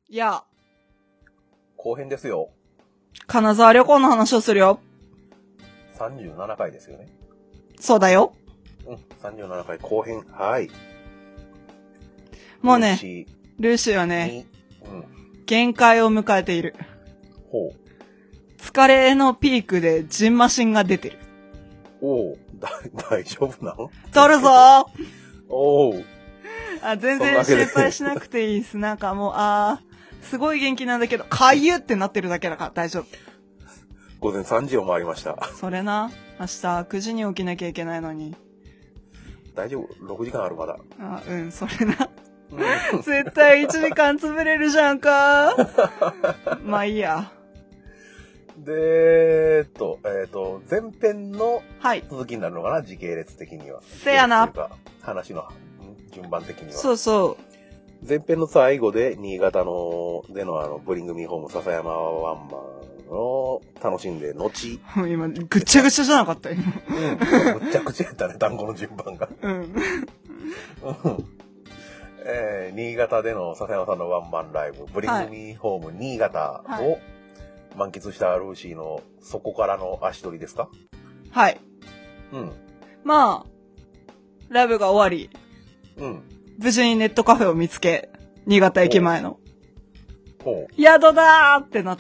いや、 後編ですよ。 金沢旅行の話をするよ。 37回ですよね。 そうだよ。 うん、37回後編。はい。 もうね、ルーシーはね、限界を迎えている。 ほう。 疲れのピークでジンマシンが出てる。 おう、大丈夫なの？ 取るぞー。 おう。 全然心配しなくていいです。なんかもう、すごい元気なんだけど、かゆってなってるだけだから大丈夫。 午前3時を回りました。 それな、明日9時に起きなきゃいけないのに。 大丈夫？ 6 時間あるまだ。 それな。絶対1時間潰れるじゃんか。まあいいや。 で、前編の続きになるのかな、時系列的には。 せやな。 話の順番的には。 そうそう。 前編の最後で、新潟でのブリングミーホーム笹山ワンマンを楽しんで、後。 今、ぐっちゃぐちゃじゃなかった今。 ぐっちゃぐちゃやったね、単語の順番が。新潟での笹山さんのワンマンライブ、ブリングミーホーム新潟を満喫したルーシーのそこからの足取りですか？ はい。まあ、ライブが終わり、無事にネットカフェを見つけ、新潟駅前の。宿だーってなって。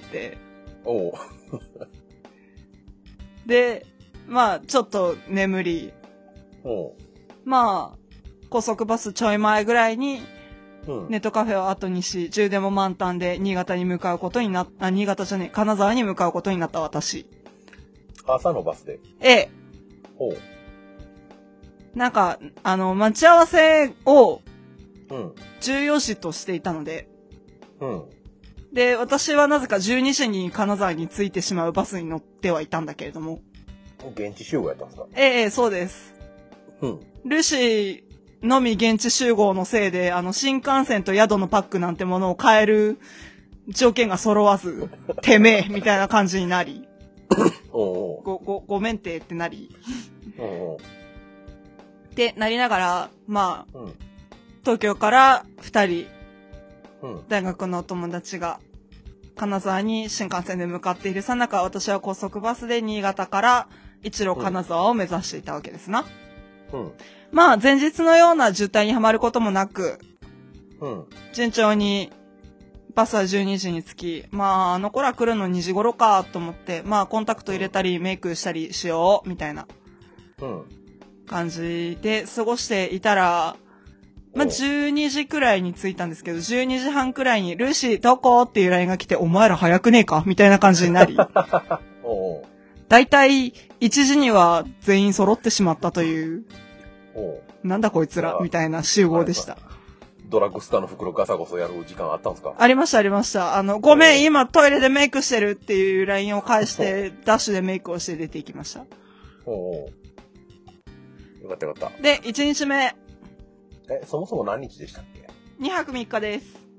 で、まあ、ちょっと眠り。まあ、高速バスちょい前ぐらいに、ネットカフェを後にし、充電も満タンで新潟に向かうことになった、新潟じゃねえ、金沢に向かうことになった私。 朝のバスで？ ええ。なんか、待ち合わせを、重要視としていたので、で、私はなぜか12時に金沢に着いてしまうバスに乗ってはいたんだけれども。 現地集合やったんですか？ ええ、そうです。ルシーのみ現地集合のせいで、新幹線と宿のパックなんてものを変える条件が揃わず、てめえみたいな感じになり、ごめんてってなり、ってなりながら、まあ、東京から2人、大学のお友達が、金沢に新幹線で向かっているさなか、私は高速バスで新潟から一路金沢を目指していたわけですな。まあ、前日のような渋滞にはまることもなく、順調に、バスは12時に着き、まあ、あの頃は来るの2時頃かと思って、まあ、コンタクト入れたり、メイクしたりしよう、みたいな、感じで過ごしていたら、まあ、12時くらいに着いたんですけど、12時半くらいに、ルーシーどこっていう LINE が来て、お前ら早くねえかみたいな感じになり、だいたい1時には全員揃ってしまったという、なんだこいつらみたいな集合でした。 ドラッグスターの袋ガサゴソやる時間あったんですか？ ありました、ありました。ごめん、今トイレでメイクしてるっていう LINE を返して、ダッシュでメイクをして出ていきました。よかったよかった。 で、1日目。 そもそも何日でしたっけ ？2泊3日です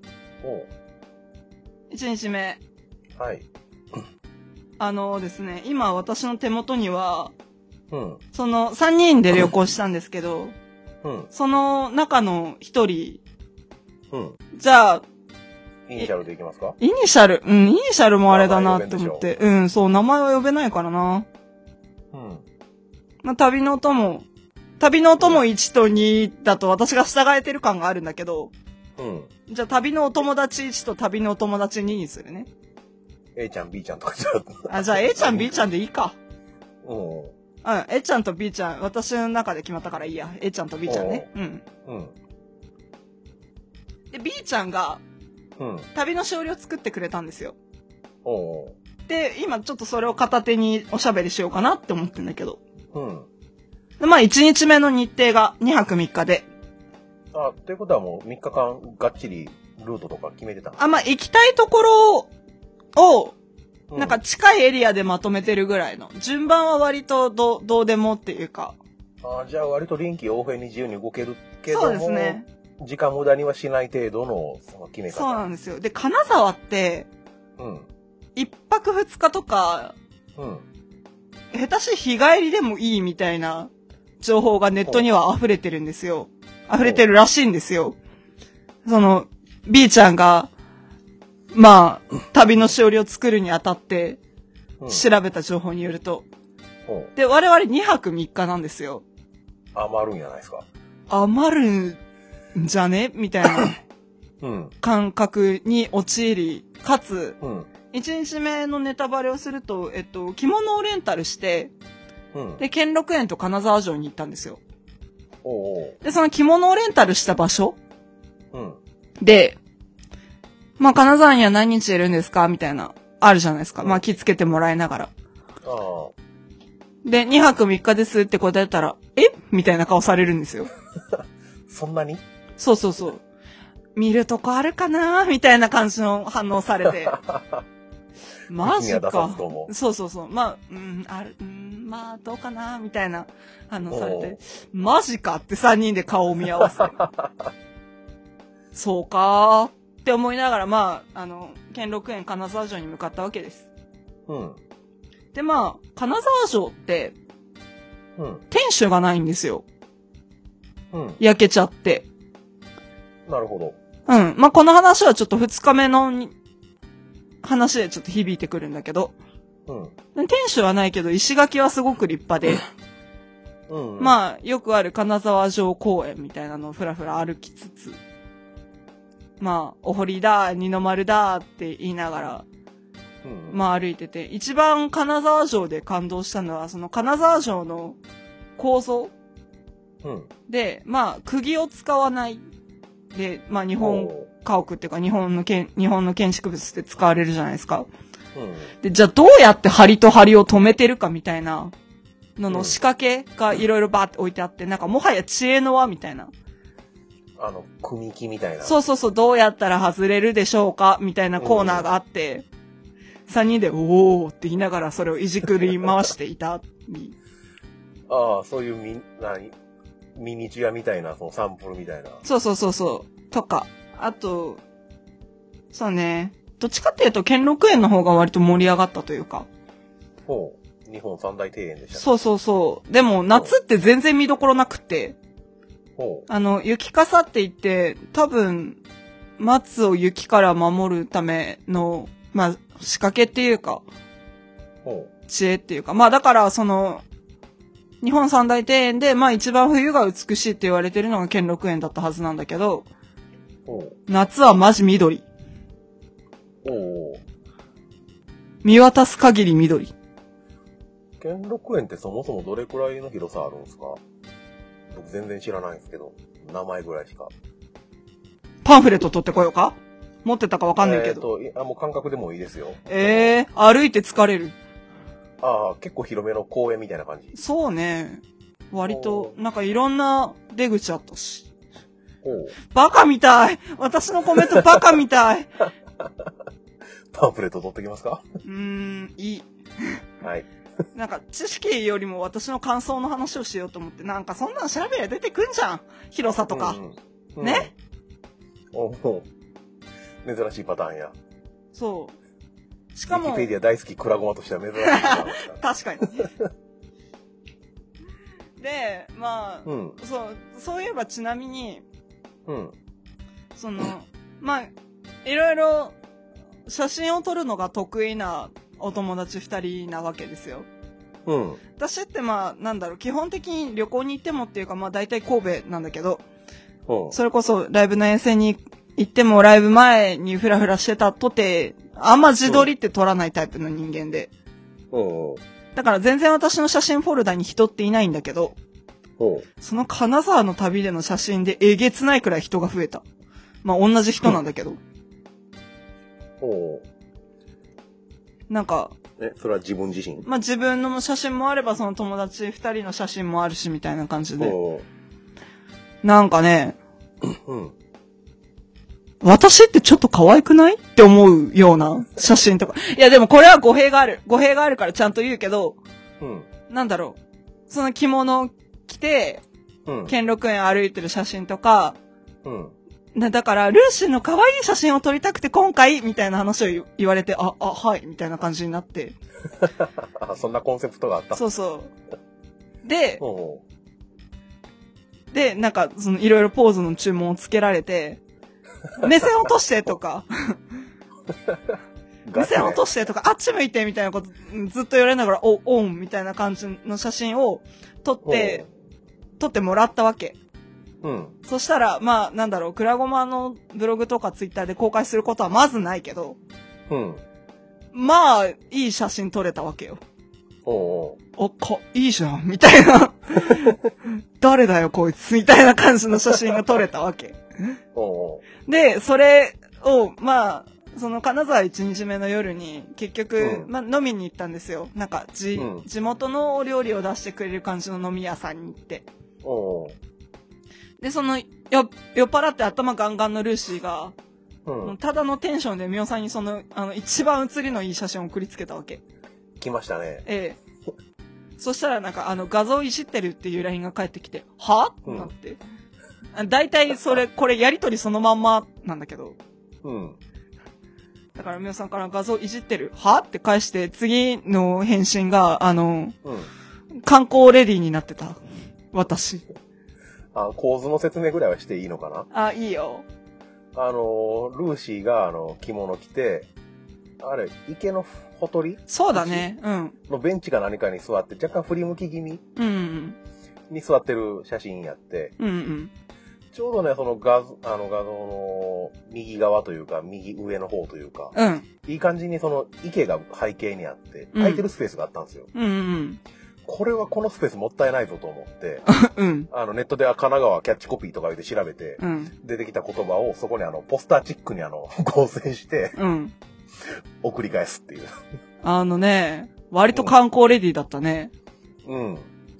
。1日目。 はい。 ですね、今私の手元には、その3人で旅行したんですけど、その中の1人、じゃあ、 イニシャルでいきますか？ イニシャルもあれだなって思って。そう、名前は呼べないからな。まあ、旅のお供1と2だと私が従えてる感があるんだけど、じゃあ旅のお友達1と旅のお友達2にするね。 A ちゃん、B ちゃんとかじゃあ A ちゃん、B ちゃんでいいか。A ちゃんと B ちゃん、私の中で決まったからいいや。A ちゃんと B ちゃんね。で、B ちゃんが、旅のしおりを作ってくれたんですよ。で、今ちょっとそれを片手におしゃべりしようかなって思ってんだけど。で、まあ1日目の日程が2泊3日で。 っていうことはもう3日間がっちりルートとか決めてたまあ行きたいところを、なんか近いエリアでまとめてるぐらいの。順番は割とどうでもっていうか。 じゃあ割と臨機応変に自由に動けるけども。 そうですね。 時間無駄にはしない程度のその決め方。 そうなんですよ。で、金沢って、1泊2日とか、下手し日帰りでもいいみたいな情報がネットには溢れてるんですよ。溢れてるらしいんですよ。B ちゃんが、 まあ、旅のしおりを作るにあたって、調べた情報によると。で、我々2泊3日なんですよ。 余るんじゃないですか。 余るんじゃねみたいな感覚に陥り、かつ、1日目のネタバレをすると、着物をレンタルして、で、兼六園と金沢城に行ったんですよ。で、その着物をレンタルした場所で、まあ、金沢には何日いるんですかみたいな、あるじゃないですか。まあ、気つけてもらいながら。で、2泊3日ですって答えたら、みたいな顔されるんですよ。 そんなに？ そうそうそう。見るとこあるかなみたいな感じの反応されて。マジか。そうそうそう。まあ、まあ、どうかなみたいな反応されて。マジかって3人で顔を見合わせ。そうかーって思いながら、まあ、兼六園金沢城に向かったわけです。で、まあ、金沢城って、天守がないんですよ。焼けちゃって。 なるほど。 まあ、この話はちょっと2日目の話でちょっと響いてくるんだけど。天守はないけど、石垣はすごく立派で。まあ、よくある金沢城公園みたいなのをふらふら歩きつつ。まあ、お堀だ、二の丸だって言いながら、まあ歩いてて、一番金沢城で感動したのは、その金沢城の構造で、まあ、釘を使わないで、まあ日本家屋っていうか日本の建築物って使われるじゃないですか。で、じゃあどうやって梁と梁を止めてるかみたいなのの仕掛けがいろいろバーって置いてあって、なんかもはや知恵の輪みたいな。 組木みたいな。 そうそうそう、どうやったら外れるでしょうかみたいなコーナーがあって、3人で、おーって言いながらそれをいじくり回していたり。 ああ、そういうミニチュアみたいな、そのサンプルみたいな。 そうそうそうそう。とか。あと、そうね。どっちかっていうと、兼六園の方が割と盛り上がったというか。 日本三大庭園でしたね。 そうそうそう。でも、夏って全然見どころなくて。雪傘って言って、多分、松を雪から守るための、まあ、仕掛けっていうか、知恵っていうか、まあだから、その、日本三大庭園で、まあ一番冬が美しいって言われてるのが兼六園だったはずなんだけど、夏はマジ緑。見渡す限り緑。 兼六園ってそもそもどれくらいの広さあるんですか？僕全然知らないんですけど、名前ぐらいしか。 パンフレット取ってこようか？持ってたかわかんないけど。 もう感覚でもいいですよ。 歩いて疲れる。 ああ、結構広めの公園みたいな感じ。 そうね。割と、なんかいろんな出口あったし。バカみたい。私のコメントバカみたい。 パンフレット取ってきますか？ いい。 はい。 なんか知識よりも私の感想の話をしようと思って、なんかそんなの調べりゃ出てくんじゃん。広さとか。ね？ 珍しいパターンや。 そう。しかも。 ウィキペディア大好きクラゴマとしては珍しいパターンですか。 確かに。で、まあ、そういえばちなみに、その、まあ、いろいろ写真を撮るのが得意なお友達2人なわけですよ。私ってまあ、なんだろう、基本的に旅行に行ってもっていうか、まあ大体神戸なんだけど、それこそライブの遠征に行ってもライブ前にフラフラしてたとて、あんま自撮りって撮らないタイプの人間で。だから全然私の写真フォルダに人っていないんだけど、その金沢の旅での写真でえげつないくらい人が増えた。まあ同じ人なんだけど。なんか、 それは自分自身？ まあ自分の写真もあればその友達2人の写真もあるしみたいな感じで。なんかね、私ってちょっと可愛くないって思うような写真とか。いやでもこれは語弊がある。語弊があるからちゃんと言うけど、なんだろう。その着物を着て、兼六園歩いてる写真とか、だから、ルーシーの可愛い写真を撮りたくて今回、みたいな話を言われて、はい、みたいな感じになって。 そんなコンセプトがあった。 そうそう。で、なんか、いろいろポーズの注文をつけられて、目線落としてとか、 目線落としてとか、あっち向いてみたいなことずっと言われながら、オンみたいな感じの写真を撮ってもらったわけ。うん。そしたら、まあ、なんだろう、クラゴマのブログとかツイッターで公開することはまずないけど、うん。まあ、いい写真撮れたわけよ。いいじゃんみたいな。誰だよこいつみたいな感じの写真が撮れたわけ。で、それを、まあ、その金沢1日目の夜に結局、まあ飲みに行ったんですよ。なんか地元のお料理を出してくれる感じの飲み屋さんに行って。で、その、酔っ払って頭ガンガンのルーシーが、ただのテンションでミオさんにその、一番写りのいい写真を送りつけたわけ。 来ましたね。 ええ。そしたらなんか画像いじってるっていう LINE が返ってきて、はってなって。だいたいこれやりとりそのまんまなんだけど。うん。だから、みおさんから画像いじってるはって返して、次の返信が、観光レディーになってた。私。 構図の説明ぐらいはしていいのかな？ いいよ。 ルーシーが、着物着て、あれ、池のほとり？ そうだね。うん。 のベンチか何かに座って、若干振り向き気味？うん。に座ってる写真やって。うんうん。ちょうどね、その画像の右側というか、右上の方というか、うん。いい感じにその池が背景にあって、空いてるスペースがあったんですよ。うんうん。これはこのスペースもったいないぞと思って、うん。ネットでは神奈川キャッチコピーとか言って調べて、うん。出てきた言葉をそこにポスターチックに合成して、うん。送り返すっていう。 割と観光レディーだったね。 うん。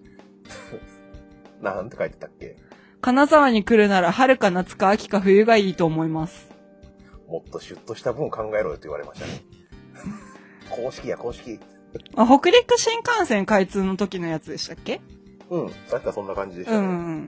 なんて書いてたっけ？ 金沢に来るなら春か夏か秋か冬がいいと思います。 もっとシュッとした分考えろよって言われましたね。公式。 北陸新幹線開通の時のやつでしたっけ？ うん。確かそんな感じでしたね。うん。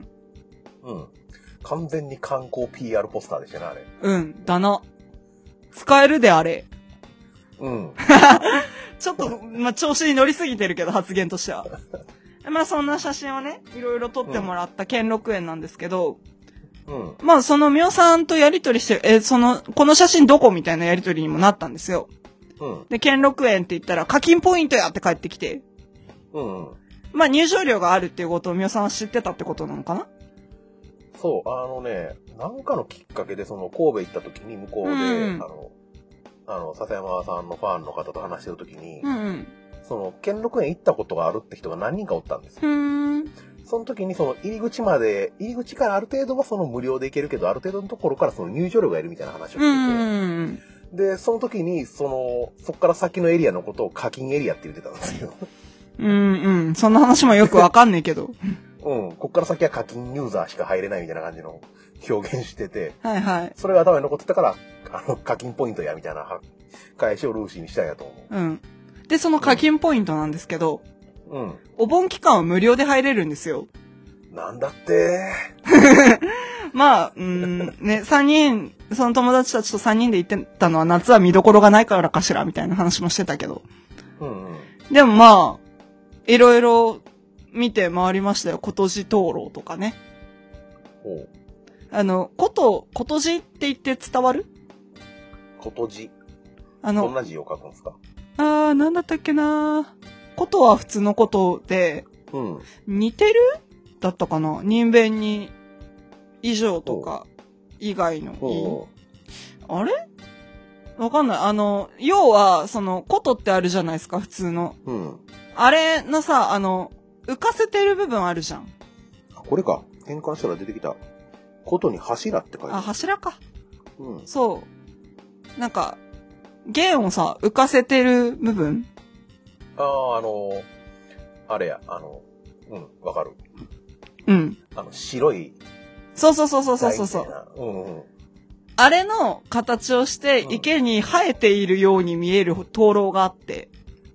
完全に観光 PR ポスターでしたね、あれ。 うん。だな。使えるであれ。うん。ちょっと、調子に乗りすぎてるけど、発言としては。そんな写真をね、いろいろ撮ってもらった兼六園なんですけど、うん。そのみおさんとやりとりして、この写真どこみたいなやりとりにもなったんですよ。うん。で、兼六園って言ったら、課金ポイントやって帰ってきて。うん。入場料があるっていうことをみおさんは知ってたってことなのかな？ そう、なんかのきっかけで、神戸行った時に向こうで、笹山さんのファンの方と話してる時に、兼六園行ったことがあるって人が何人かおったんですよ。その時に入り口からある程度は無料で行けるけど、ある程度のところから入場料がいるみたいな話をしてて、で、その時にそっから先のエリアのことを課金エリアって言ってたんですよ。 そんな話もよくわかんないけど。 こっから先は課金ユーザーしか入れないみたいな感じの表現してて、 はいはい。 それが頭に残ってたから、課金ポイントやみたいな返しをルーシーにしたんやと思う。 うん。で、その課金ポイントなんですけど、お盆期間は無料で入れるんですよ。 なんだって 3人、その友達たちと3人で行ってたのは夏は見どころがないからかしらみたいな話もしてたけど。でもいろいろ見て回りましたよ。琴路灯籠とかね。琴路って言って伝わる？ 琴路。どんな字を書くんですか？ なんだったっけな。琴は普通の琴で、似てる？だったかな。人弁に、以上とか、以外のあれ？わかんない。要は、琴ってあるじゃないですか、普通の。あれのさ、浮かせてる部分あるじゃん。 これか。変換したら出てきた。琴に柱って書いてある。 柱か。そう。なんか、弦をさ、浮かせてる部分？ あれや、わかる。白い。 そう。あれの形をして、池に生えているように見える灯籠があって。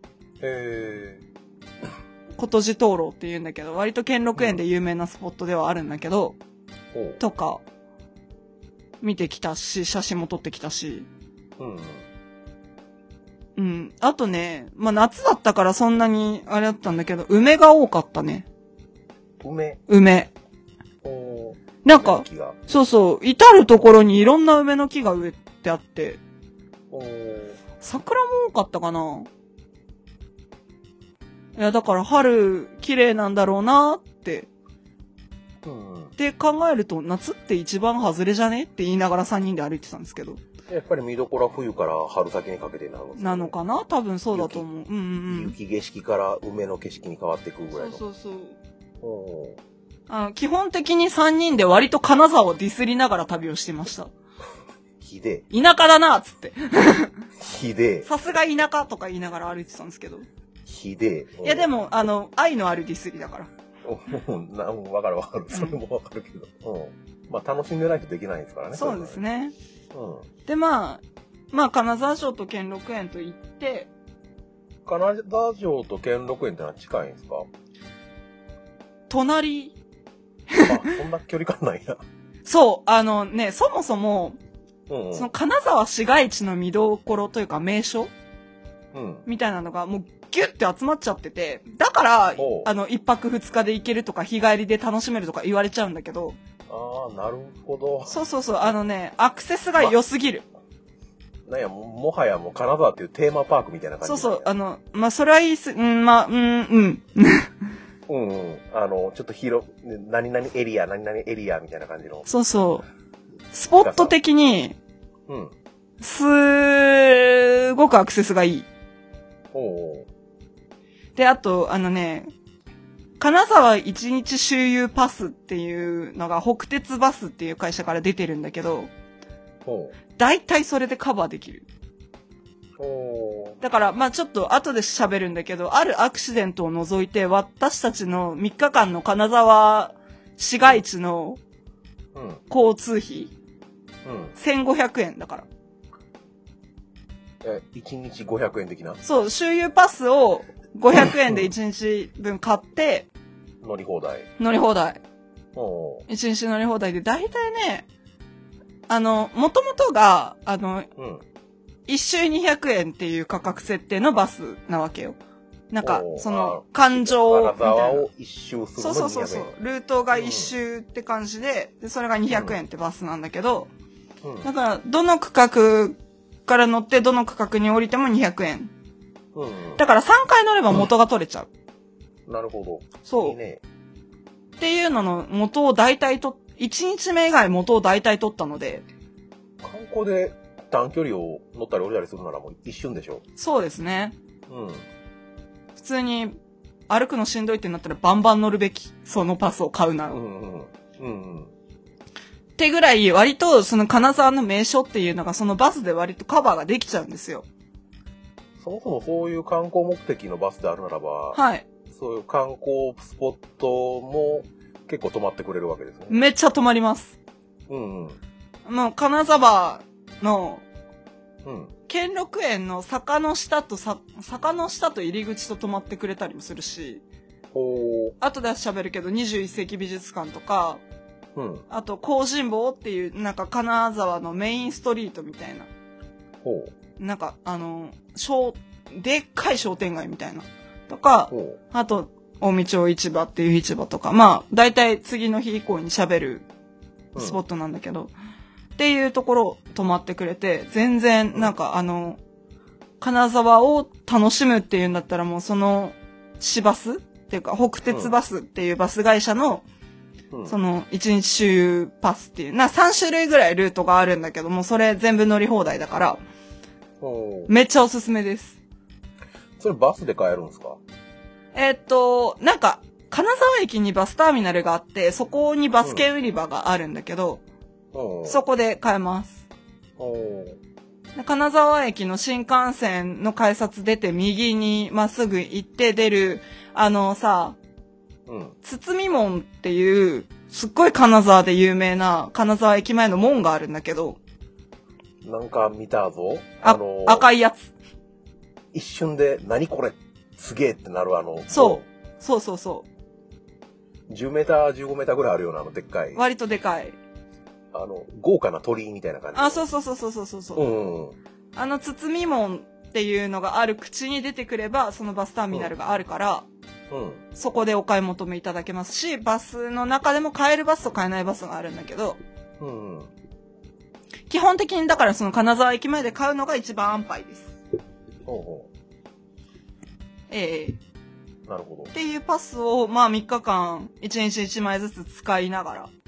琴路灯籠って言うんだけど、割と兼六園で有名なスポットではあるんだけど、とか、見てきたし、写真も撮ってきたし。あとね、夏だったからそんなにあれだったんだけど、梅が多かったね。梅。なんか、そう、至るところにいろんな梅の木が植えてあって、 桜も多かったかな。いや、だから春綺麗なんだろうなって。って考えると、夏って一番外れじゃねって言いながら3人で歩いてたんですけど。 やっぱり見どころは冬から春先にかけてなるんですね。 なのかな、多分そうだと思う。 雪景色から梅の景色に変わっていくぐらいの。 そう。基本的に3人で割と金沢をディスりながら旅をしてました。 ひでえ。田舎だなっつって。 ひでえ。 さすが田舎とか言いながら歩いてたんですけど。 ひでえ。いやでも、愛のあるディスりだから。 わかる。それもわかるけど。まあ楽しんでないとできないですからね。 そうですね。で、まあ、金沢城と兼六園と行って、 金沢城と兼六園ってのは近いんですか？ 隣。 そんな距離感ないな。 そう、そもそも、その金沢市街地の見どころというか名所、みたいなのがもうギュッて集まっちゃってて、だから、一泊二日で行けるとか日帰りで楽しめるとか言われちゃうんだけど。 ああ、なるほど。 そう。アクセスが良すぎる。 なんや、もはやもう金沢っていうテーマパークみたいな感じ。 そう、それはいいちょっと広、何々エリアみたいな感じの。 そう。スポット的に、すごくアクセスがいい。で、あと、金沢一日周遊パスっていうのが北鉄バスっていう会社から出てるんだけど、大体それでカバーできる。だから、まあちょっと後で喋るんだけど、あるアクシデントを除いて、私たちの3日間の金沢市街地の交通費、1500円だから。 1日500円的な？ そう、周遊パスを500円で1日分買って、 乗り放題。 1日乗り放題で、だいたいね、もともとが、1周200円っていう価格設定のバスなわけよ。なんか、環状みたいな。 金沢を一周するのに200円。 そう。ルートが一周って感じで、それが200円ってバスなんだけど、だから、どの区画から乗ってどの区画に降りても200円。だから3回乗れば元が取れちゃう。なるほど。 そう。いいね。っていうのの元を大体1日目以外元を大体取ったので。 観光で短距離を乗ったり降りたりするならもう一瞬でしょ？ そうですね。普通に歩くのしんどいってなったらバンバン乗るべき。そのパスを買うなら。ってぐらい割とその金沢の名所っていうのがそのバスで割とカバーができちゃうんですよ。 そもそもそういう観光目的のバスであるならば、そういう観光スポットも結構止まってくれるわけですね。 めっちゃ止まります。もう金沢の、兼六園の坂の下と入り口と止まってくれたりもするし、後で喋るけど21世紀美術館とか、あと香神坊っていうなんか金沢のメインストリートみたいな、なんかでっかい商店街みたいなとか、あと近江町市場っていう市場とか、まあだいたい次の日以降に喋るスポットなんだけど、っていうところ泊まってくれて、全然なんか金沢を楽しむっていうんだったらもうその市バスっていうか北鉄バスっていうバス会社のその1日周遊パスっていう3種類ぐらいルートがあるんだけども、それ全部乗り放題だからめっちゃおすすめです。 それバスで買えるんですか？ なんか金沢駅にバスターミナルがあって、そこにバス券売り場があるんだけど、そこで買えます。金沢駅の新幹線の改札出て右にまっすぐ行って出る堤門っていうすっごい金沢で有名な金沢駅前の門があるんだけど、 なんか見たぞ。 赤いやつ。 一瞬で何これすげえってなるそう。 10メーター15メーターぐらいあるようなでっかい。 割とでかい。 豪華な鳥居みたいな感じ。 そう。堤門っていうのがある口に出てくればそのバスターミナルがあるから、そこでお買い求めいただけますし、バスの中でも買えるバスと買えないバスがあるんだけど、 基本的にだからその金沢駅前で買うのが一番安牌です。 ほうほう。なるほど。 っていうパスを、まあ3日間、1日1枚ずつ使いながら、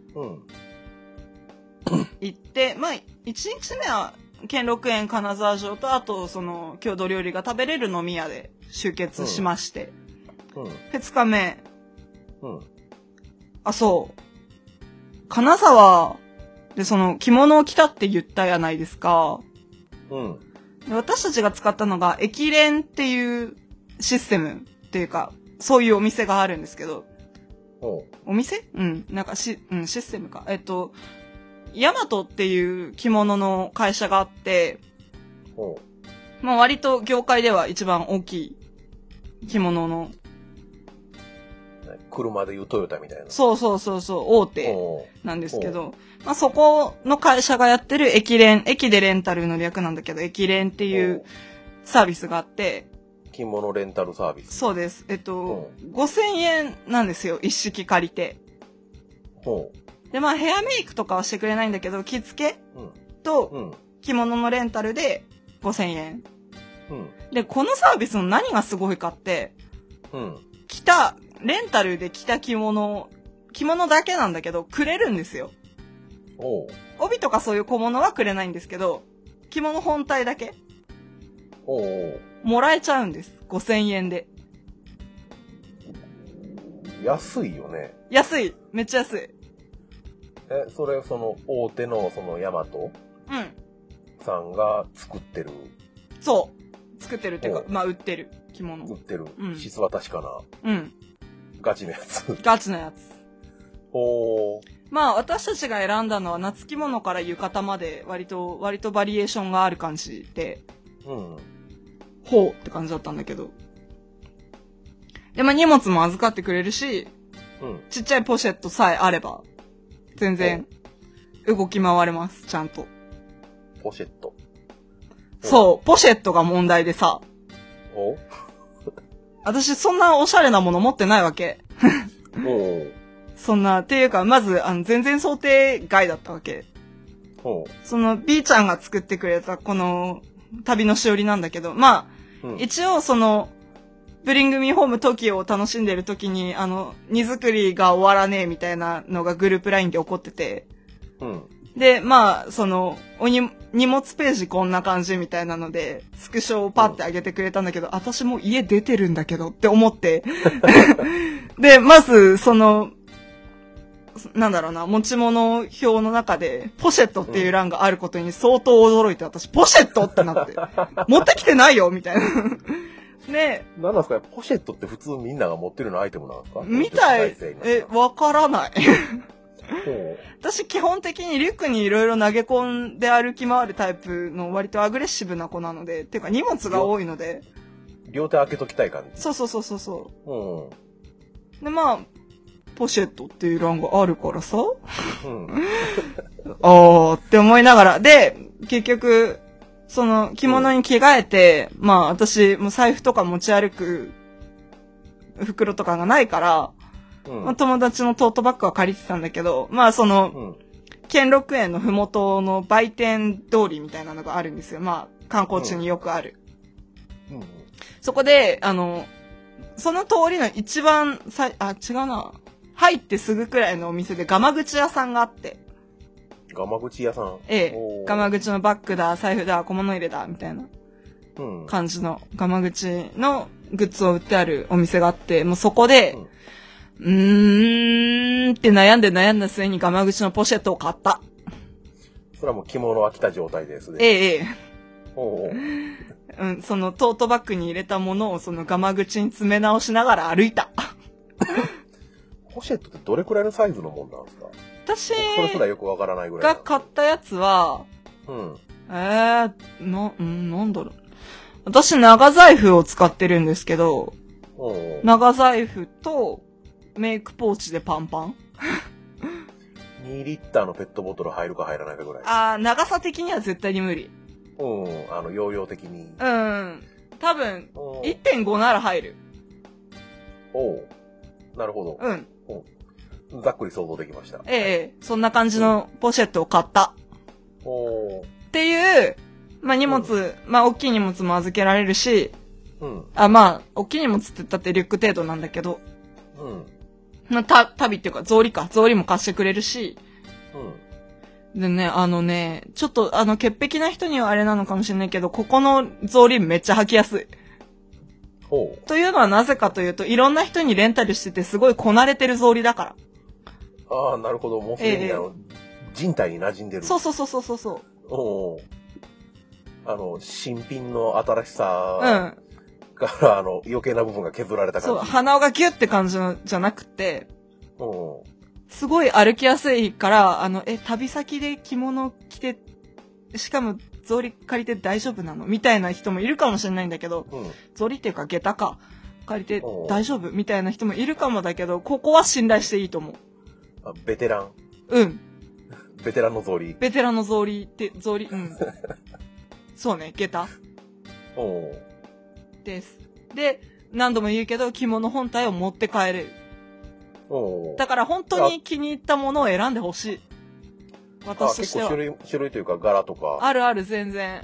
行って、まあ1日目は、兼六園金沢城と、あとその、郷土料理が食べれる飲み屋で集結しまして、2日目、そう。金沢でその着物を着たって言ったやないですか。で私たちが使ったのが駅連っていうシステムっていうか、そういうお店があるんですけど。お店？なんかシステムか。ヤマトっていう着物の会社があって、まあ割と業界では一番大きい着物の車でいうトヨタみたいな。 そう、大手なんですけど、まあそこの会社がやってる駅連、駅でレンタルの略なんだけど、駅連っていうサービスがあって、 着物レンタルサービス。 そうです。5000円なんですよ、一式借りて。で、まあヘアメイクとかはしてくれないんだけど、着付けと着物のレンタルで5000円。で、このサービスの何がすごいかって、レンタルで着た着物だけなんだけど、くれるんですよ。帯とかそういう小物はくれないんですけど、着物本体だけもらえちゃうんです。5000円で。 安いよね。 安い。めっちゃ安い。 それ、その、大手の、その、ヤマトさんが作ってる。 そう。作ってるっていうか、まあ、売ってる着物。 売ってる。質は確かな。ガチのやつ。 ガチのやつ。まあ、私たちが選んだのは夏着物から浴衣まで割とバリエーションがある感じで。ほうって感じだったんだけど。で、まあ荷物も預かってくれるし、ちっちゃいポシェットさえあれば、全然動き回れます、ちゃんと。 ポシェット。 そう、ポシェットが問題でさ。私そんなおしゃれなもの持ってないわけ。そんな、っていうか、まず、全然想定外だったわけ。その、B ちゃんが作ってくれた、この、旅のしおりなんだけど、まあ、一応その、ブリングミーホーム TOKIO を楽しんでる時に、荷造りが終わらねえみたいなのがグループ LINE で起こってて、で、まあ、その、荷物ページこんな感じみたいなので、スクショをパッて上げてくれたんだけど、私も家出てるんだけどって思って。で、まず、その、なんだろうな、持ち物表の中で、ポシェットっていう欄があることに相当驚いて、私、ポシェットってなって、持ってきてないよみたいな。ね。 何なんですか？ポシェットって普通みんなが持ってるのアイテムなんですか？ みたい。わからない。私基本的にリュックにいろいろ投げ込んで歩き回るタイプの割とアグレッシブな子なので、てか荷物が多いので。 両手開けときたい感じ。 そう。で、まあ、ポシェットっていう欄があるからさ。って思いながら。で、結局、その着物に着替えて、まあ私、もう財布とか持ち歩く袋とかがないから、まあ、友達のトートバッグは借りてたんだけど、まあその、兼六園のふもとの売店通りみたいなのがあるんですよ。まあ観光地によくある。そこで、その通りの一番違うな。入ってすぐくらいのお店でガマ口屋さんがあって。 ガマ口屋さん？ ガマ口のバッグだ、財布だ、小物入れだ、みたいな感じのガマ口のグッズを売ってあるお店があって、もうそこで、って悩んだ末にガマ口のポシェットを買った。 それはもう着物は着た状態ですね。 そのトートバッグに入れたものをそのガマ口に詰め直しながら歩いた。 ポシェットってどれくらいのサイズのもんなんですか？ 私それすらよくわからないぐらいが買ったやつは、なんだろう。私長財布を使ってるんですけど、長財布とメイクポーチでパンパン 2リッターのペットボトル入るか入らないかぐらい。 長さ的には絶対に無理。 ヨーヨー的に。 多分、1.5 なら入る。 なるほど。ざっくり想像できました。 そんな感じのポシェットを買った。 っていう、まあ荷物、まあ大きい荷物も預けられるし、まあ、大きい荷物って言ったってリュック程度なんだけど、旅っていうか、草履も貸してくれるし、でね、ちょっと潔癖な人にはあれなのかもしれないけど、ここの草履めっちゃ履きやすい。というのはなぜかというと、いろんな人にレンタルしててすごいこなれてる草履だから。 ああ、なるほど。もうすでに人体に馴染んでる。 そう。 新品の新しさから余計な部分が削られた感じ。 そう、鼻緒がギュッって感じのじゃなくて、すごい歩きやすいから、旅先で着物着て、しかも草履借りて大丈夫なのみたいな人もいるかもしれないんだけど、草履っていうか下駄か。借りて大丈夫みたいな人もいるかもだけど、ここは信頼していいと思う。 ベテラン。ベテランの草履。 ベテランの草履って、そうね、下駄。です。で、何度も言うけど、着物本体を持って帰れる。だから本当に気に入ったものを選んでほしい。私としては。 結構種類というか柄とか。 ある、全然。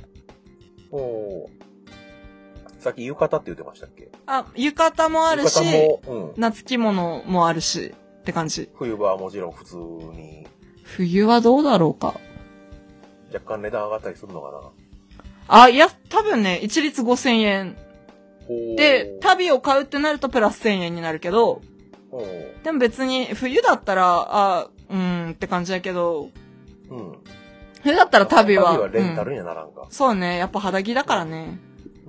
さっき浴衣って言ってましたっけ？ 浴衣もあるし、夏着物もあるし、って感じ。 冬場はもちろん普通に。 冬はどうだろうか。 若干値段上がったりするのかな？ いや、多分ね、一律5000円。で、旅を買うってなるとプラス1000円になるけど、でも別に冬だったら、って感じだけど、冬だったら旅は。 旅はレンタルにはならんか。 そうね、やっぱ肌着だからね。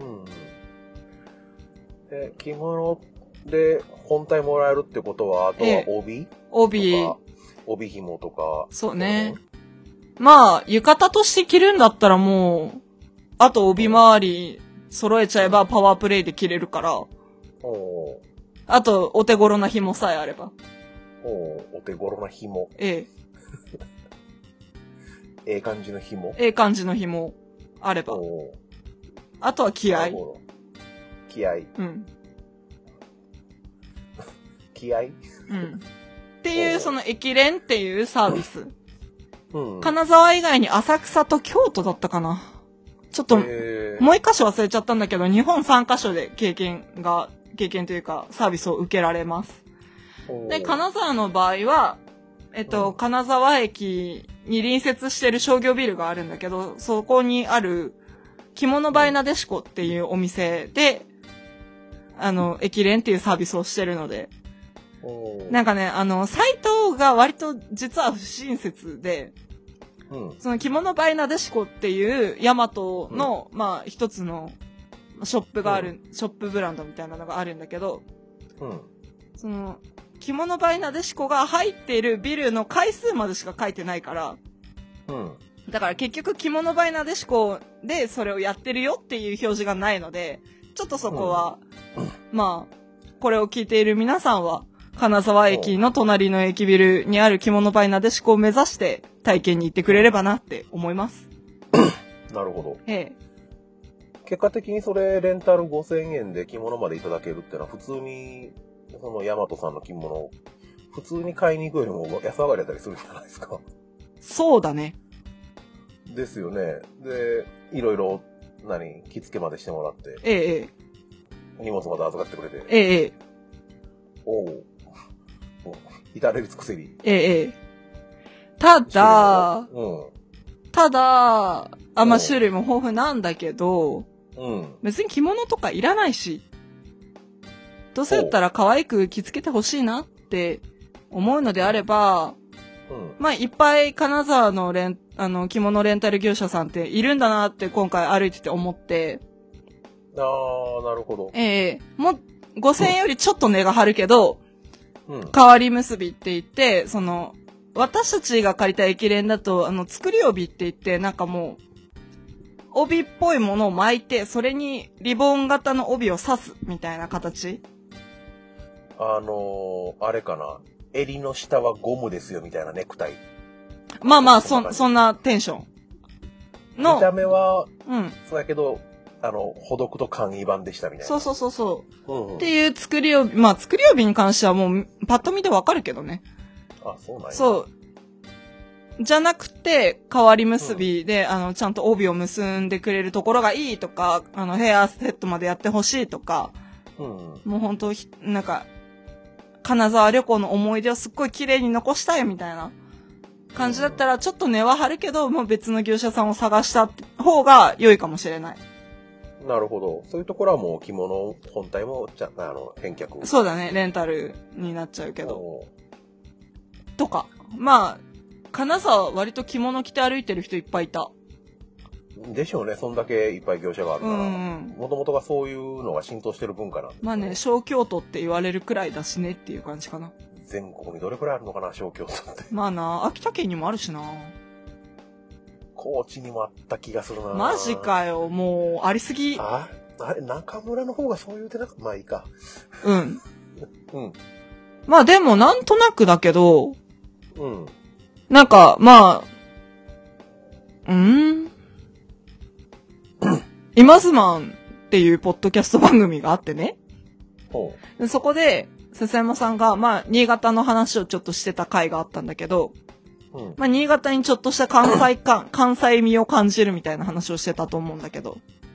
着物で本体もらえるってことは、あとは帯紐とか。 そうね。まあ、浴衣として着るんだったらもう、あと帯周り揃えちゃえばパワープレイで着れるから。あと、お手頃な紐さえあれば。 お手頃な紐。 ええ感じの紐。 感じの紐あれば。あとは気合。 気合。気合。 っていう、その駅連っていうサービス。金沢以外に浅草と京都だったかな。ちょっと、もう一箇所忘れちゃったんだけど、日本3カ所で経験というか、サービスを受けられます。で、金沢の場合は、金沢駅に隣接してる商業ビルがあるんだけど、そこにある、着物バイなでしこっていうお店で、駅連っていうサービスをしてるので、なんかね、サイトが割と実は不親切で、その着物バイなでしこっていうヤマトの、まあ一つのショップがある、ショップブランドみたいなのがあるんだけど、その、着物バイなでしこが入っているビルの回数までしか書いてないから、だから結局着物バイなでしこでそれをやってるよっていう表示がないので、ちょっとそこは、まあ、これを聞いている皆さんは、金沢駅の隣の駅ビルにある着物バイなでしこを目指して体験に行ってくれればなって思います。 なるほど。結果的にそれレンタル5000円で着物までいただけるってのは普通にそのヤマトさんの着物普通に買いに行くよりも安上がりだったりするじゃないですか。 そうだね。 ですよね。で、いろいろ着付けまでしてもらって。荷物まで預かってくれて。至れり尽くせり。 ただ、まあ種類も豊富なんだけど、別に着物とかいらないし、どうせだったら可愛く着付けてほしいなって思うのであれば、まあいっぱい金沢の着物レンタル業者さんっているんだなって今回歩いてて思って。 なるほど。 もう5000円よりちょっと値が張るけど、代わり結びって言って、私たちが借りた駅連だと、作り帯って言って、なんかもう、帯っぽいものを巻いて、それにリボン型の帯を刺すみたいな形。 あれかな。襟の下はゴムですよみたいなネクタイ。 まあまあ、そんなテンション。 見た目は、そうだけど、ほどくと簡易版でしたみたいな。 そう。っていう作り帯、まあ作り帯に関してはもうパッと見てわかるけどね。 そうなんや。 そう。 じゃなくて、代わり結びで、ちゃんと帯を結んでくれるところがいいとか、ヘアセットまでやってほしいとか、もう本当なんか、金沢旅行の思い出をすっごい綺麗に残したいみたいな感じだったら、ちょっと値は張るけど、もう別の業者さんを探した方が良いかもしれない。 なるほど。そういうところはもう着物本体も返却。 そうだね、レンタルになっちゃうけど。とか。まあ、金沢は割と着物着て歩いてる人いっぱいいた。 でしょうね。そんだけいっぱい業者があるから。もともとがそういうのが浸透してる文化なんで、ね。 まあね、小京都って言われるくらいだしねっていう感じかな。 全国にどれくらいあるのかな、小京都って。 まあな、秋田県にもあるしな。 高知にもあった気がするな。 マジかよ、もう、ありすぎ。 あれ、中村の方がそう言うてなかった。まあいいか。 うん。うん。まあでも、なんとなくだけど、 うん。 なんか、まあ、今ズマンっていうポッドキャスト番組があってね。そこで、笹山さんが、まあ、新潟の話をちょっとしてた回があったんだけど、まあ、新潟にちょっとした関西味を感じるみたいな話をしてたと思うんだけど。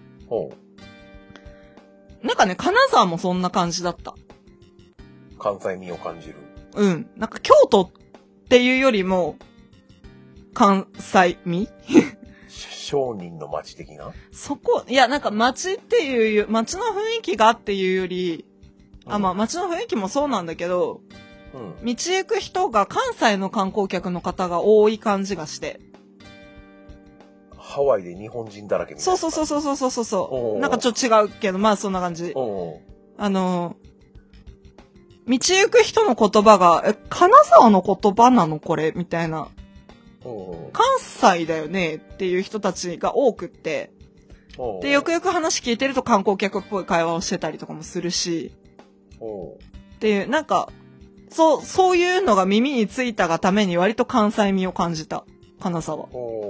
なんかね、金沢もそんな感じだった。 関西味を感じる。 うん。なんか京都っていうよりも、関西味商人の街的な？ いや、なんか街っていう、街の雰囲気がっていうより、まあ街の雰囲気もそうなんだけど、道行く人が関西の観光客の方が多い感じがして。 ハワイで日本人だらけみたいな。 そう。なんかちょっと違うけど、まあそんな感じ。道行く人の言葉が、金沢の言葉なのこれみたいな。関西だよねっていう人たちが多くって。で、よくよく話聞いてると観光客っぽい会話をしてたりとかもするし。っていう、なんか、そういうのが耳についたがために割と関西味を感じた。金沢。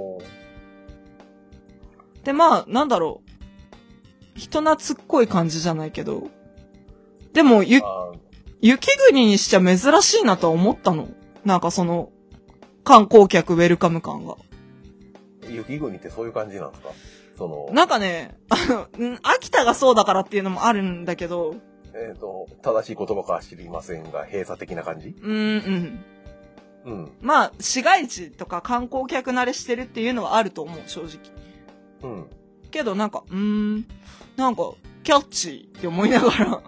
で、まあ、なんだろう。人懐っこい感じじゃないけど。でも、雪国にしちゃ珍しいなとは思ったの。なんかその、観光客ウェルカム感が。 雪国ってそういう感じなんですか？ なんかね、秋田がそうだからっていうのもあるんだけど。 正しい言葉かは知りませんが、閉鎖的な感じ？ まあ、市街地とか観光客慣れしてるっていうのはあると思う、正直。けどなんか、なんか、キャッチーって思いながら、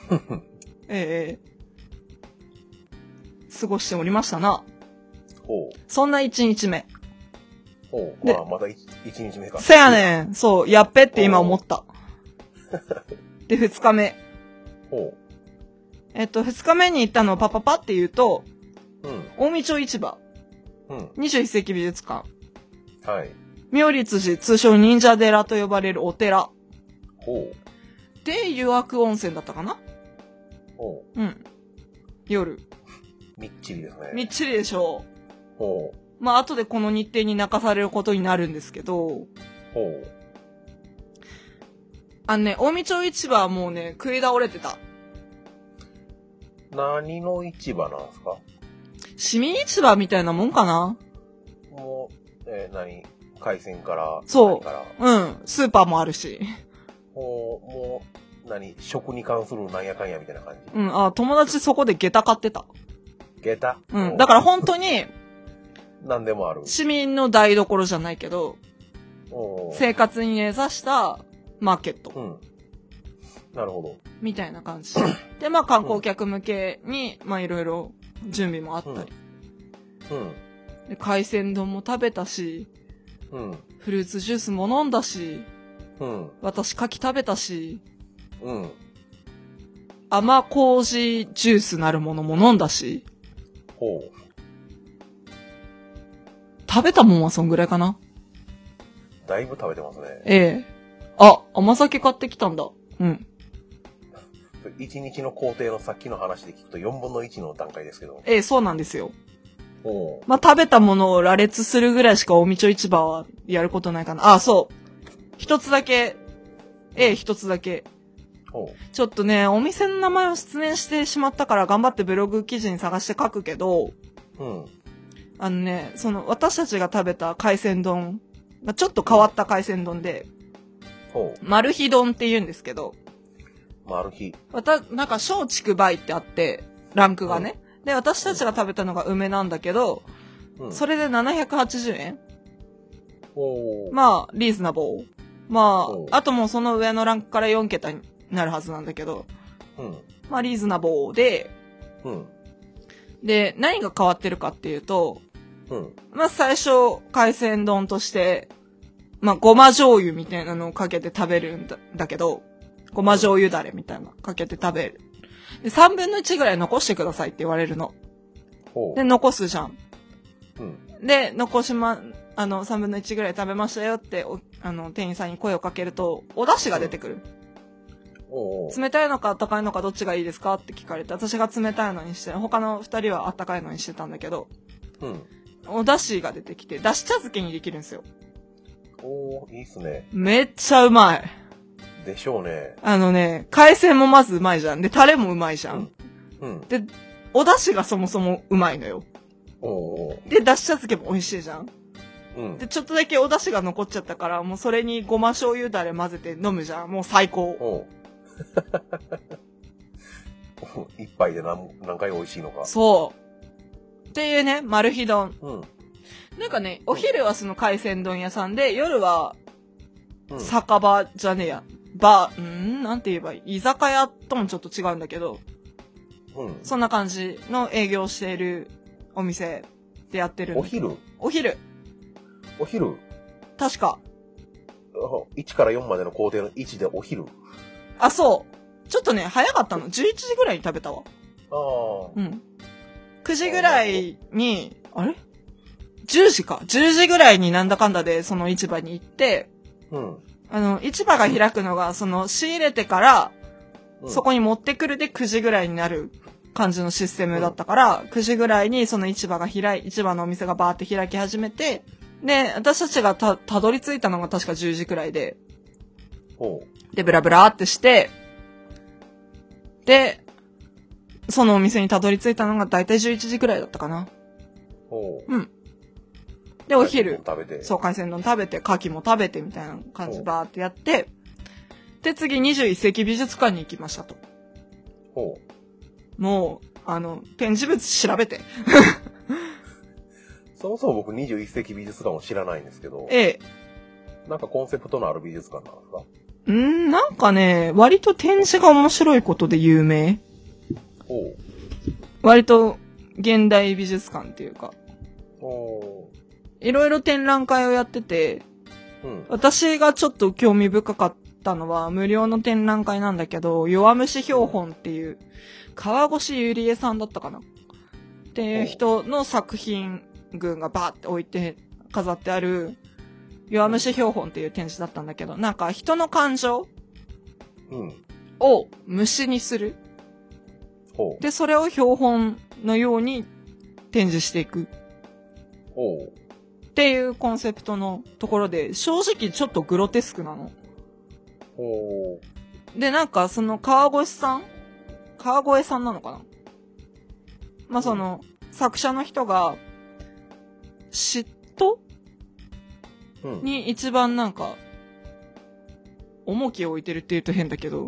過ごしておりましたな。そんな1日目。 で、まだ1日目か。 せやねん。そう、やっべって今思った。で、2日目。2日目に行ったのをパって言うと、近江町市場。21世紀美術館。妙立寺、通称忍者寺と呼ばれるお寺。で、湯涌温泉だったかな？夜。 みっちりですね。 みっちりでしょう。まあ、後でこの日程に泣かされることになるんですけど、近江町市場はもうね、食い倒れてた。 何の市場なんですか？ 市民市場みたいなもんかな？ もう、海鮮から。 そう。スーパーもあるし。 もう、食に関するなんやかんやみたいな感じ？ 友達そこで下駄買ってた。 下駄？ だから本当に、 何でもある。 市民の台所じゃないけど、生活に根ざしたマーケット。 なるほど。 みたいな感じ。で、まあ観光客向けに、まあいろいろ準備もあったり。で、海鮮丼も食べたし、フルーツジュースも飲んだし、私牡蠣食べたし、甘麹ジュースなるものも飲んだし、食べたもんはそんぐらいかな。 だいぶ食べてますね。 甘酒買ってきたんだ。 1日の工程のさっきの話で聞くと4分の1の段階ですけど。 そうなんですよ。まあ、食べたものを羅列するぐらいしか近江町市場はやることないかな。そう。一つだけ。一つだけ。ちょっとね、お店の名前を失念してしまったから頑張ってブログ記事に探して書くけど、 私たちが食べた海鮮丼、ちょっと変わった海鮮丼で、マル秘丼って言うんですけど、 マル秘。 なんか小畜梅ってあって、ランクがね。で、私たちが食べたのが梅なんだけど、それで780円。まあ、リーズナブル。まあ、あともうその上のランクから4桁になるはずなんだけど、まあ、リーズナブルで、で、何が変わってるかっていうと、まあ、最初、海鮮丼として、まあ、ごま醤油みたいなのをかけて食べるんだけど、ごま醤油だれみたいなかけて食べる。で、3分の1ぐらい残してくださいって言われるの。で、残すじゃん。で、3分の1ぐらい食べましたよって、店員さんに声をかけると、お出汁が出てくる。冷たいのか温かいのかどっちがいいですかって聞かれて、私が冷たいのにして、他の2人は温かいのにしてたんだけど、お出汁が出てきて、だし茶漬けにできるんですよ。 いいっすね。 めっちゃうまい。 でしょうね。 海鮮もまずうまいじゃん。で、タレもうまいじゃん。で、お出汁がそもそもうまいのよ。で、だし茶漬けも美味しいじゃん。で、ちょっとだけお出汁が残っちゃったから、もうそれにごま醤油だれ混ぜて飲むじゃん。もう最高。 一杯で何回美味しいのか。 そう。っていうね、マル秘丼。なんかね、お昼はその海鮮丼屋さんで、夜は、酒場じゃねえや。なんて言えばいい？居酒屋ともちょっと違うんだけど、そんな感じの営業しているお店でやってるんだけど。お昼確か。 1から4までの工程の1でお昼。 あ、そう。ちょっとね、早かったの。11時ぐらいに食べたわ。9時ぐらいに、あれ ?10 時か。10時ぐらいになんだかんだでその市場に行って、市場が開くのが、仕入れてから、そこに持ってくるで9時ぐらいになる感じのシステムだったから、9時ぐらいにその市場のお店がバーって開き始めて、で、私たちがたどり着いたのが確か10時くらいで、で、ブラブラーってして、で、そのお店にたどり着いたのがだいたい11時くらいだったかな。で、お昼、そう、海鮮丼食べて、牡蠣も食べてみたいな感じバーってやって、で、次21世紀美術館に行きましたと。もう、展示物調べて。 そもそも僕21世紀美術館を知らないんですけど。なんかコンセプトのある美術館なんですか？ なんかね、割と展示が面白いことで有名。割と現代美術館っていうか。いろいろ展覧会をやってて、私がちょっと興味深かったのは無料の展覧会なんだけど、弱虫標本っていう、川越ゆりえさんだったかなっていう人の作品群がバーって置いて飾ってある弱虫標本っていう展示だったんだけど、なんか人の感情を虫にする。で、それを標本のように展示していく。っていうコンセプトのところで、正直ちょっとグロテスクなの。で、なんかその川越さんなのかな？まあ、作者の人が、嫉妬に一番なんか、重きを置いてるって言うと変だけど、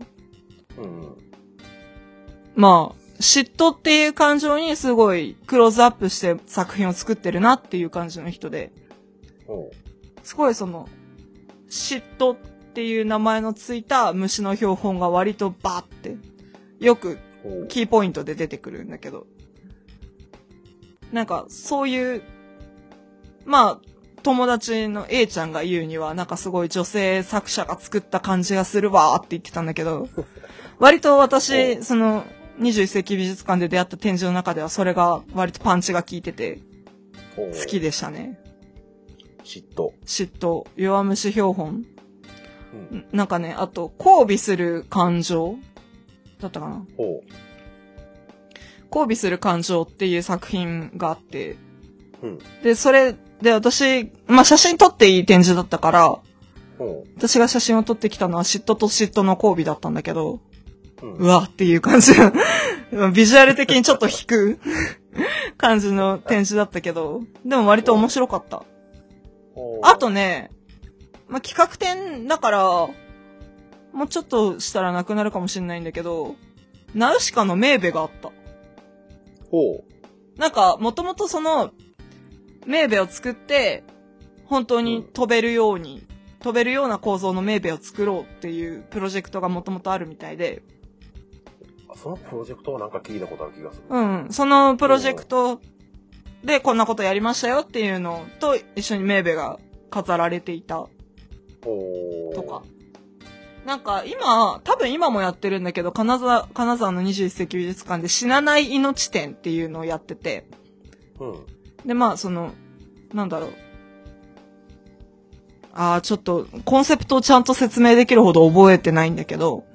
まあ、嫉妬っていう感情にすごいクローズアップして作品を作ってるなっていう感じの人で、すごい嫉妬っていう名前のついた虫の標本が割とバーってよくキーポイントで出てくるんだけど、なんかそういう、まあ友達の A ちゃんが言うにはなんかすごい女性作者が作った感じがするわーって言ってたんだけど、割と私21世紀美術館で出会った展示の中ではそれが割とパンチが効いてて好きでしたね。嫉妬、弱虫標本、なんかね、あと交尾する感情だったかな。交尾する感情っていう作品があって、でそれで私、まあ写真撮っていい展示だったから、私が写真を撮ってきたのは嫉妬と嫉妬の交尾だったんだけど、うわっていう感じビジュアル的にちょっと引く感じの展示だったけど、でも割と面白かった。あとね、まあ、企画展だから、もうちょっとしたらなくなるかもしれないんだけど、ナウシカのメーベがあった。なんか、もともとその、メーベを作って、本当に飛べるような構造のメーベを作ろうっていうプロジェクトがもともとあるみたいで。 そのプロジェクトはなんか聞いたことある気がする。 うん。そのプロジェクトでこんなことやりましたよっていうのと一緒にメーベが飾られていた。とか。なんか多分今もやってるんだけど、金沢の21世紀美術館で死なない命展っていうのをやってて。で、まあ、なんだろう。ちょっと、コンセプトをちゃんと説明できるほど覚えてないんだけど、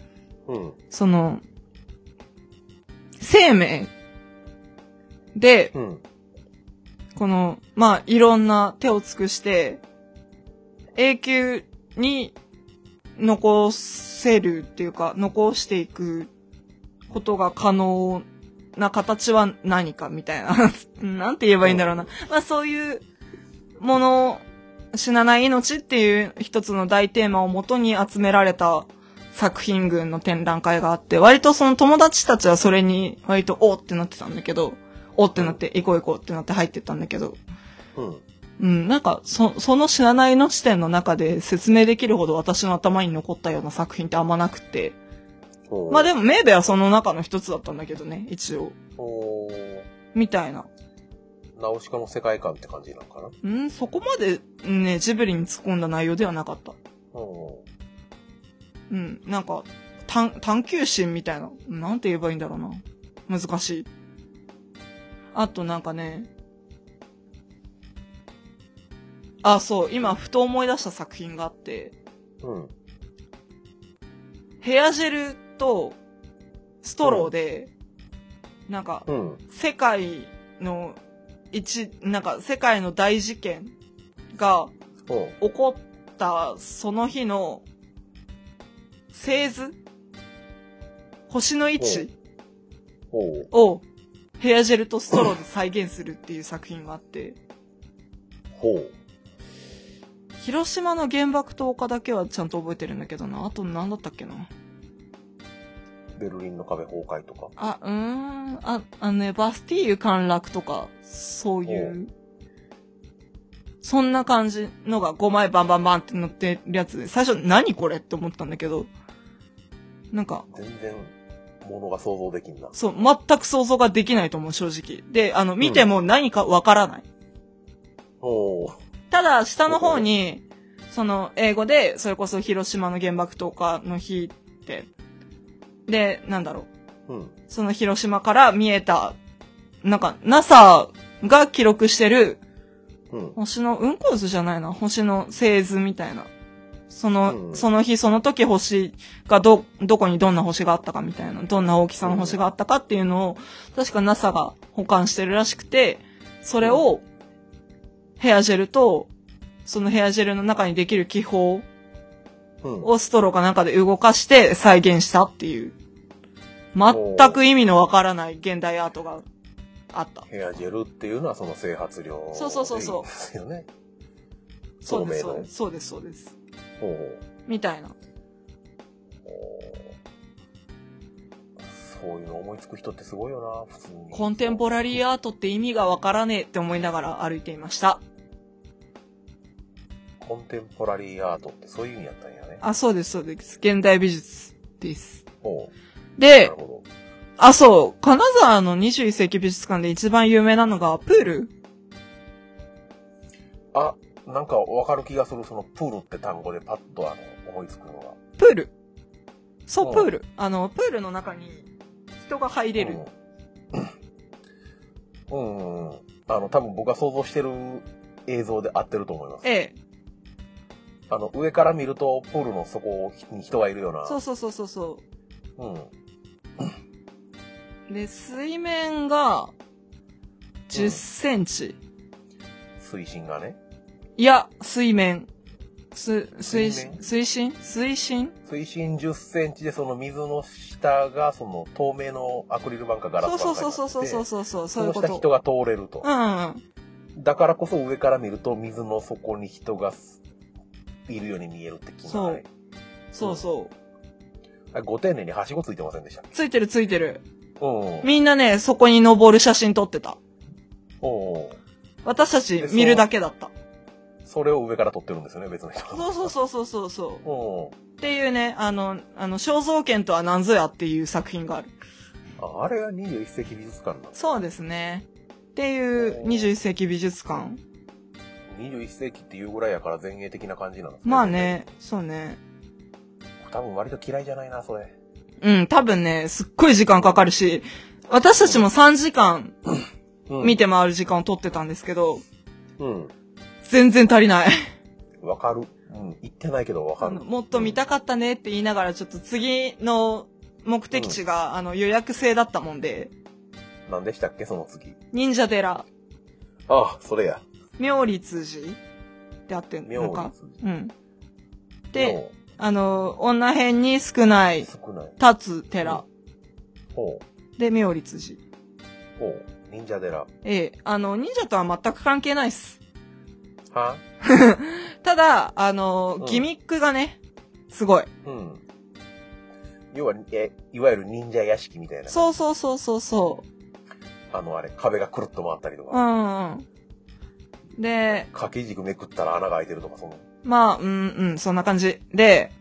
生命で、この、まあ、いろんな手を尽くして、永久に残せるっていうか、残していくことが可能な形は何かみたいな。なんて言えばいいんだろうな。まあ、そういうもの、死なない命っていう一つの大テーマをもとに集められた作品群の展覧会があって、割とその友達たちはそれに割とおーってなってたんだけど、おーってなって行こう行こうってなって入ってったんだけど、なんかその死なない命展の中で説明できるほど私の頭に残ったような作品ってあんまなくて、まあでもメーベはその中の一つだったんだけどね、一応。みたいな。 ナウシカの世界観って感じなのかな？ そこまでね、ジブリに突っ込んだ内容ではなかった。なんか、探求心みたいな。なんて言えばいいんだろうな。難しい。あとなんかね、そう、今ふと思い出した作品があって、ヘアジェルとストローで、なんか、世界の大事件が起こったその日の星図星の位置をヘアジェルとストローで再現するっていう作品があって、広島の原爆投下だけはちゃんと覚えてるんだけどな。あと何だったっけな。 ベルリンの壁崩壊とか。 バスティーユ陥落とか、そういう、そんな感じのが5枚バンバンバンって載ってるやつで、最初何これって思ったんだけど、なんか。 全然、ものが想像できんな。 そう、全く想像ができないと思う、正直。で、見ても何かわからない。ただ、下の方に、英語で、それこそ広島の原爆投下の日って、で、なんだろう。その広島から見えた、なんか、NASA が記録してる、星の、雲光図じゃないな、星の星図みたいな。その日、その時星がどこにどんな星があったかみたいな、どんな大きさの星があったかっていうのを、確か NASA が保管してるらしくて、それを、ヘアジェルと、そのヘアジェルの中にできる気泡をストローかなんかで動かして再現したっていう、全く意味のわからない現代アートがあった。 ヘアジェルっていうのはその整髪料。 そう。 ですよね。 そうです。みたいな。 そういうの思いつく人ってすごいよな、普通に。 コンテンポラリーアートって意味がわからねえって思いながら歩いていました。 コンテンポラリーアートってそういう意味やったんやね。 そうです。現代美術です。で、金沢の21世紀美術館で一番有名なのがプール。 なんかわかる気がする、そのプールって単語でパッと思いつくのが。 プール。そう、プール。プールの中に人が入れる。 多分僕が想像してる映像で合ってると思います。上から見るとプールの底に人がいるような。 そう。で、水面が10センチ。 水深がね。 いや、水面。 水深 10センチで、その水の下が、その透明のアクリル板かガラス板かそう、 その下人が通れると。 うん。 だからこそ上から見ると水の底に人がいるように見えるって決まり。 そう。 ご丁寧にはしごついてませんでした？ ついてる。 うん。 みんなね、そこに登る写真撮ってた。私たち見るだけだった。 それを上から撮ってるんですよね、別の人。 そう。っていうね、肖像権とは何ぞやっていう作品がある。 あれが21世紀美術館なんだ。 そうですね。っていう21世紀美術館。 21世紀っていうぐらいやから前衛的な感じなんですね。 まあね、そうね。 多分割と嫌いじゃないな、それ。 うん、多分ね、すっごい時間かかるし、私たちも3時間見て回る時間を取ってたんですけど、全然足りない。 わかる。行ってないけどわかる。 もっと見たかったねって言いながら、ちょっと次の目的地が、予約制だったもんで。 何でしたっけ、その次。 忍者寺。 ああ、それや。 妙立寺ってあってんのか。で、女編に少ない。立つ寺。で、妙立寺。 忍者寺。 忍者とは全く関係ないっす。 はただ、ギミックがね、すごい。 要は、いわゆる忍者屋敷みたいな。 そう。 あれ、壁がくるっと回ったりとか。で、掛け軸めくったら穴が開いてるとか、その。 まあ、そんな感じ。で、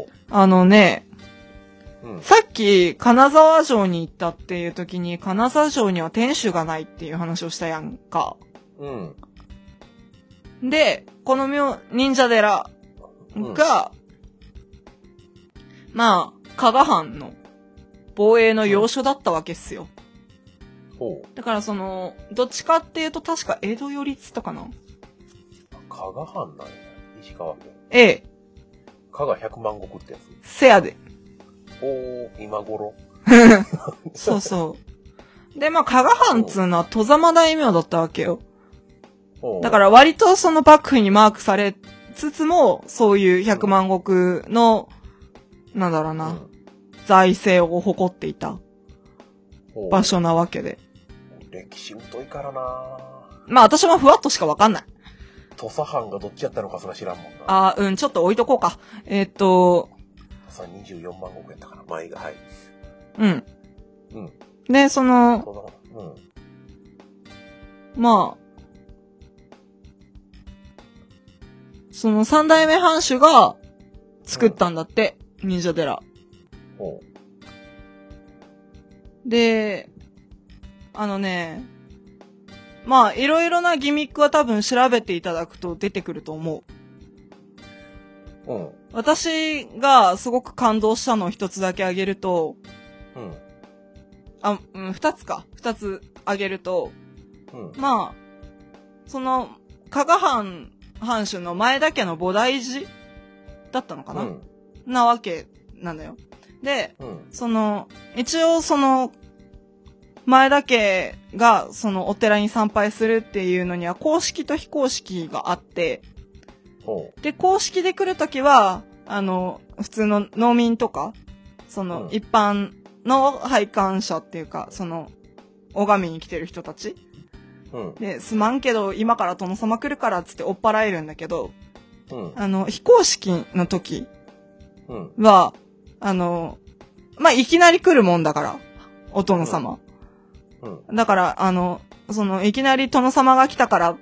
さっき、金沢城に行ったっていう時に、金沢城には天守がないっていう話をしたやんか。で、この忍者寺が、まあ、加賀藩の防衛の要所だったわけっすよ。だからどっちかっていうと確か江戸寄りっつったかな。 加賀藩なんや。石川県。 ええ。 加賀百万石ってやつ。 せやで。 今頃。 そう。で、まあ、加賀藩っつうのは戸様大名だったわけよ。だから割とその幕府にマークされつつも、そういう百万石の、なんだろうな、財政を誇っていた場所なわけで。 歴史疎いからな。 まあ私もふわっとしかわかんない。 土佐藩がどっちやったのかそら知らんもんな。 ちょっと置いとこうか。 土佐24万石やったかな、前が、はい。 で、まあ、その三代目藩主が作ったんだって、忍者寺。で、まあ、いろいろなギミックは多分調べていただくと出てくると思う。私がすごく感動したのを一つだけ挙げると、二つ挙げると、まあ、加賀藩藩主の前田家の菩提寺だったのかな、なわけなのよ。で、一応前田家がお寺に参拝するっていうのには公式と非公式があって、で、公式で来るときは、普通の農民とか、一般の拝観者っていうか、拝みに来てる人たち。で、すまんけど、今から殿様来るからっつって追っ払えるんだけど、非公式の時は、まあ、いきなり来るもんだから、お殿様。だから、いきなり殿様が来たからって、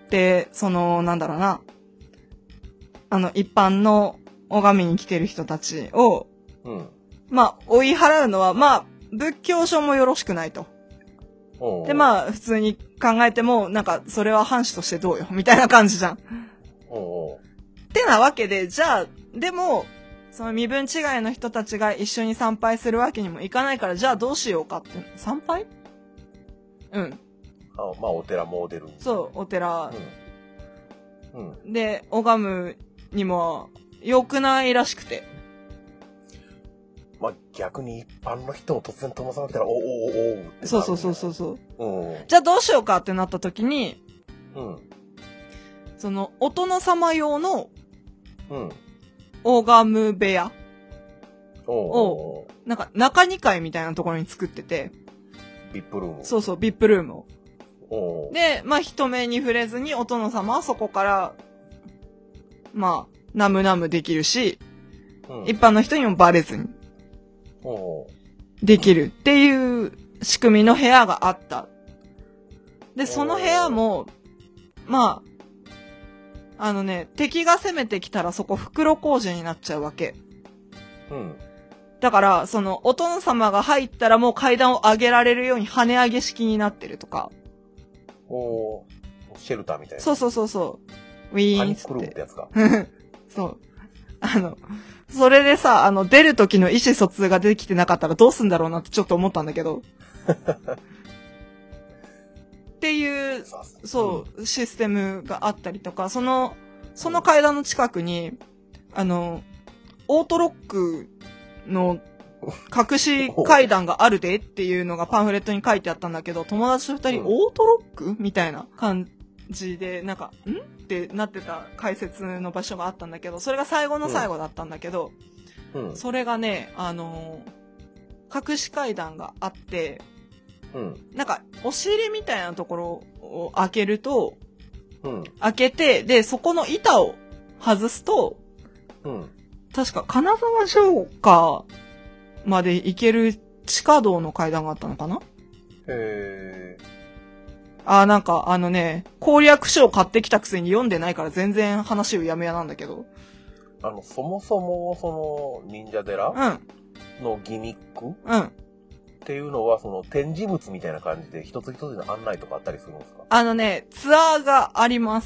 なんだろうな、一般の拝みに来てる人たちを、まあ、追い払うのは、まあ、仏教書もよろしくないと。で、まあ、普通に考えても、なんか、それは藩主としてどうよ、みたいな感じじゃん。ってなわけで、じゃあ、でも、身分違いの人たちが一緒に参拝するわけにもいかないから、じゃあどうしようかって。参拝？まあ、お寺モデル。 そう、お寺。で、拝むにも、良くないらしくて。 まあ、逆に一般の人も突然殿様来たら、おってそう。じゃあどうしようかってなった時に、お殿様用の拝む部屋を、なんか中2階みたいなところに作ってて。 ビップルーム。 そうそう、ビップルームを。で、まあ人目に触れずにお殿様はそこから、まあ、ナムナムできるし、一般の人にもバレずに、できるっていう仕組みの部屋があった。で、その部屋も、まあ、敵が攻めてきたらそこ袋小路になっちゃうわけ。だから、その、お殿様が入ったらもう階段を上げられるように跳ね上げ式になってるとか。 シェルターみたいな。 そうそうそうそう。ウィーンって。 パニックルームってやつか。 そう。それでさ、出る時の意思疎通ができてなかったらどうすんだろうなってちょっと思ったんだけど。っていう、そう、システムがあったりとか、その階段の近くに、オートロックの隠し階段があるでっていうのがパンフレットに書いてあったんだけど、友達と二人、オートロックみたいな感じで、なんか、んってなってた解説の場所があったんだけど、それが最後の最後だったんだけど、それがね、隠し階段があって、なんか、押し入れみたいなところを開けると、開けて、で、そこの板を外すと、確か金沢城下まで行ける地下道の階段があったのかな？なんか攻略書を買ってきたくせに読んでないから全然話をやめやなんだけど。 そもそもその忍者寺のギミックっていうのはその展示物みたいな感じで一つ一つの案内とかあったりするんですか？ ツアーがあります。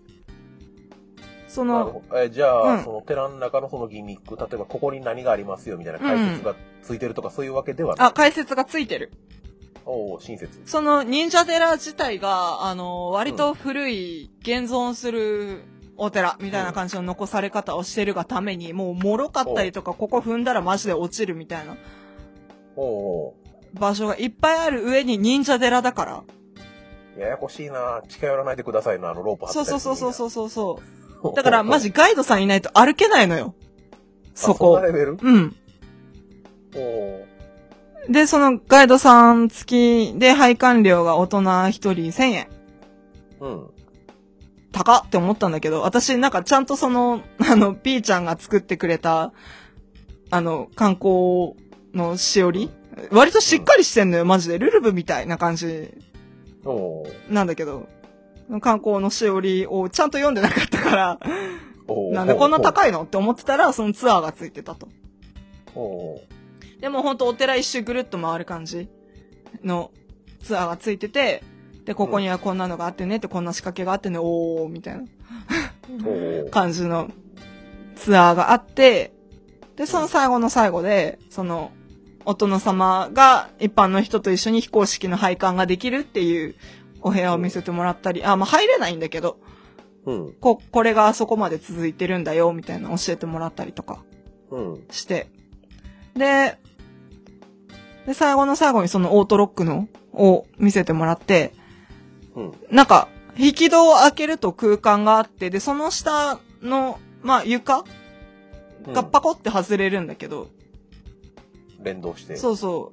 じゃあ、その寺の中のそのギミック、例えばここに何がありますよみたいな解説がついてるとかそういうわけではない？ 解説がついてる。 親切。 その忍者寺自体が、割と古い現存するお寺みたいな感じの残され方をしてるがために、もう脆かったりとか、ここ踏んだらマジで落ちるみたいな場所がいっぱいある上に忍者寺だから。 ややこしいな。近寄らないでくださいな、ロープ張ってたりする。 そう。だからマジガイドさんいないと歩けないのよ。そこ。 そんなレベル？ で、そのガイドさん付きで配管料が大人1人1000円。高って思ったんだけど、私なんかちゃんとピーちゃんが作ってくれた、観光のしおり割としっかりしてんのよ、マジで。ルルブみたいな感じ。なんだけど、観光のしおりをちゃんと読んでなかったから、なんでこんな高いのって思ってたら、そのツアーがついてたと。でもほんとお寺一周ぐるっと回る感じのツアーがついてて、で、ここにはこんなのがあってねって、こんな仕掛けがあってね、おー、みたいな感じのツアーがあって、で、その最後の最後で、お殿様が一般の人と一緒に非公式の拝観ができるっていうお部屋を見せてもらったり、入れないんだけど、これがあそこまで続いてるんだよ、みたいな教えてもらったりとかして、で、最後の最後にそのオートロックを見せてもらって、なんか、引き戸を開けると空間があって、で、その下の、床がパコって外れるんだけど、 連動して。 そう。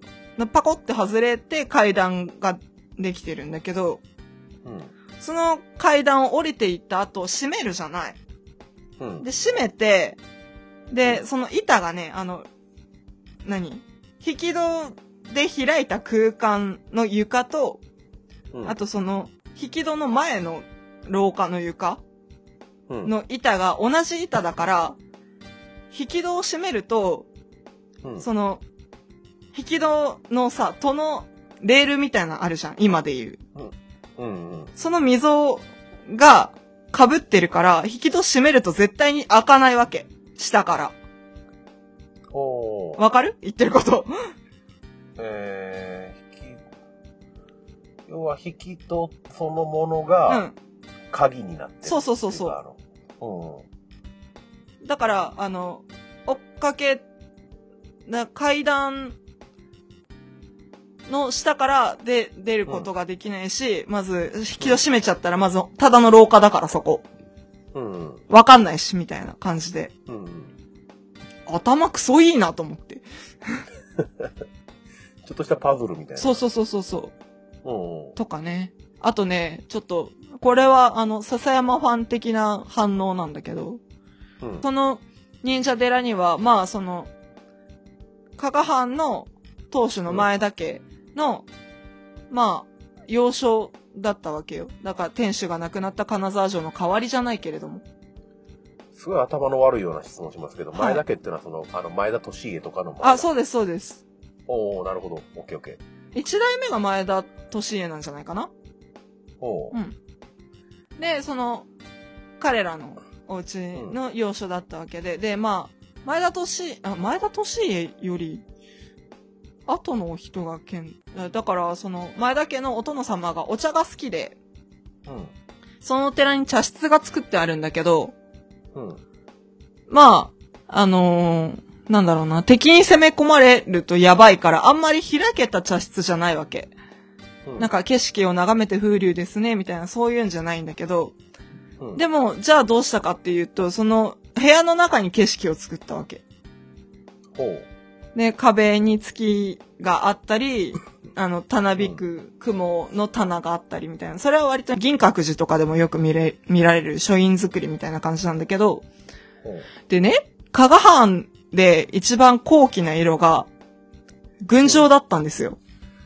パコって外れて階段ができてるんだけど、その階段を降りていった後、閉めるじゃない。で、閉めて、で、その板がね、引き戸で開いた空間の床と、あと引き戸の前の廊下の床の板が同じ板だから、引き戸を閉めると、引き戸のさ、戸のレールみたいなのあるじゃん、今で言う。その溝が被ってるから、引き戸閉めると絶対に開かないわけ。下から。わかる？言ってること。 要は引き戸そのものが鍵になってる。 そう。だから、追っかけ、階段の下から出ることができないし、まず、引き戸閉めちゃったら、まず、ただの廊下だから、そこ。 わかんないし、みたいな感じで。頭クソいいなと思って。 ちょっとしたパズルみたいな。 そう。とかね。あとね、ちょっと、これは笹山ファン的な反応なんだけど、その忍者寺には、まあ加賀藩の当主の前田家の、まあ、幼少だったわけよ。だから天守が亡くなった金沢城の代わりじゃないけれども。 すごい頭の悪いような質問しますけど、前田家っていうのは前田利家とかの前田。そうです。 おー、なるほど。オッケー。 一代目が前田利家なんじゃないかな。で、彼らのお家の要所だったわけで、で、まあ、前田利家より、後の人がだから、前田家のお殿様がお茶が好きで、そのお寺に茶室が作ってあるんだけど、まあ、なんだろうな、敵に攻め込まれるとやばいから、あんまり開けた茶室じゃないわけ。なんか景色を眺めて風流ですね、みたいな、そういうんじゃないんだけど、でも、じゃあどうしたかっていうと、部屋の中に景色を作ったわけ。で、壁に月があったり、たなびく雲の棚があったりみたいな。それは割と銀閣寺とかでもよく見られる書院作りみたいな感じなんだけど、でね、加賀藩で一番高貴な色が、群青だったんですよ。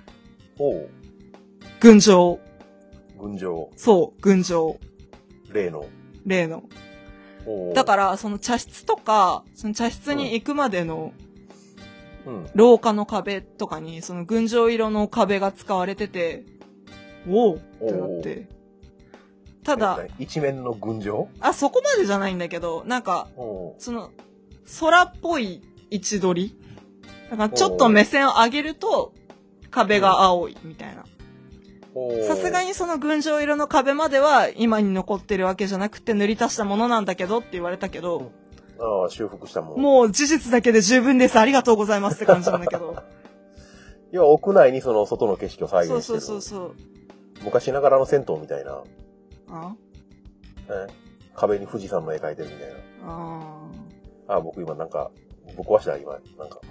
群青。そう、群青。 例の。 だから、茶室とか、茶室に行くまでの、廊下の壁とかに、群青色の壁が使われてて、おーってなって。ただ、 一面の群青？ そこまでじゃないんだけど、なんか、空っぽい位置取り？だからちょっと目線を上げると、壁が青いみたいな。さすがに群青色の壁までは今に残ってるわけじゃなくて塗り足したものなんだけどって言われたけど、 修復したもの。 もう事実だけで十分です。ありがとうございますって感じなんだけど。 要は屋内に外の景色を再現してる。 そう。昔ながらの銭湯みたいな。壁に富士山の絵描いてるみたいな。僕今なんか、ぶっ壊した今、なんか。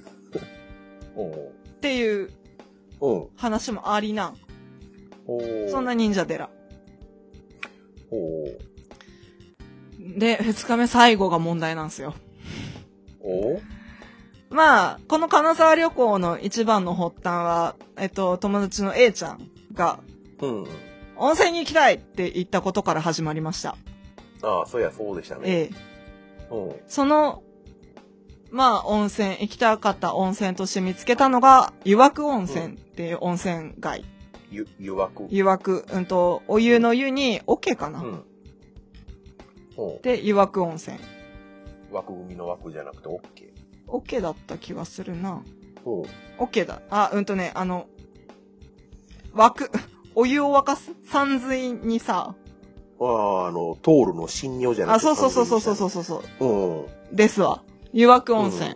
っていう話もありな。そんな忍者寺。で、2日目最後が問題なんですよ。まあ、この金沢旅行の一番の発端は、友達の A ちゃんが、温泉に行きたいって言ったことから始まりました。 そうでしたね。 まあ、行きたかった温泉として見つけたのが、湯涌温泉っていう温泉街。湯涌。お湯の湯に、桶かな。で、湯涌温泉。 枠組みの枠じゃなくて桶。 桶だった気がするな。桶だ。枠。お湯を沸かす山水にさ。 トールの新尿じゃなくて。 そう。ですわ。湯涌温泉。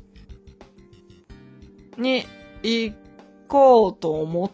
に行こうと思った。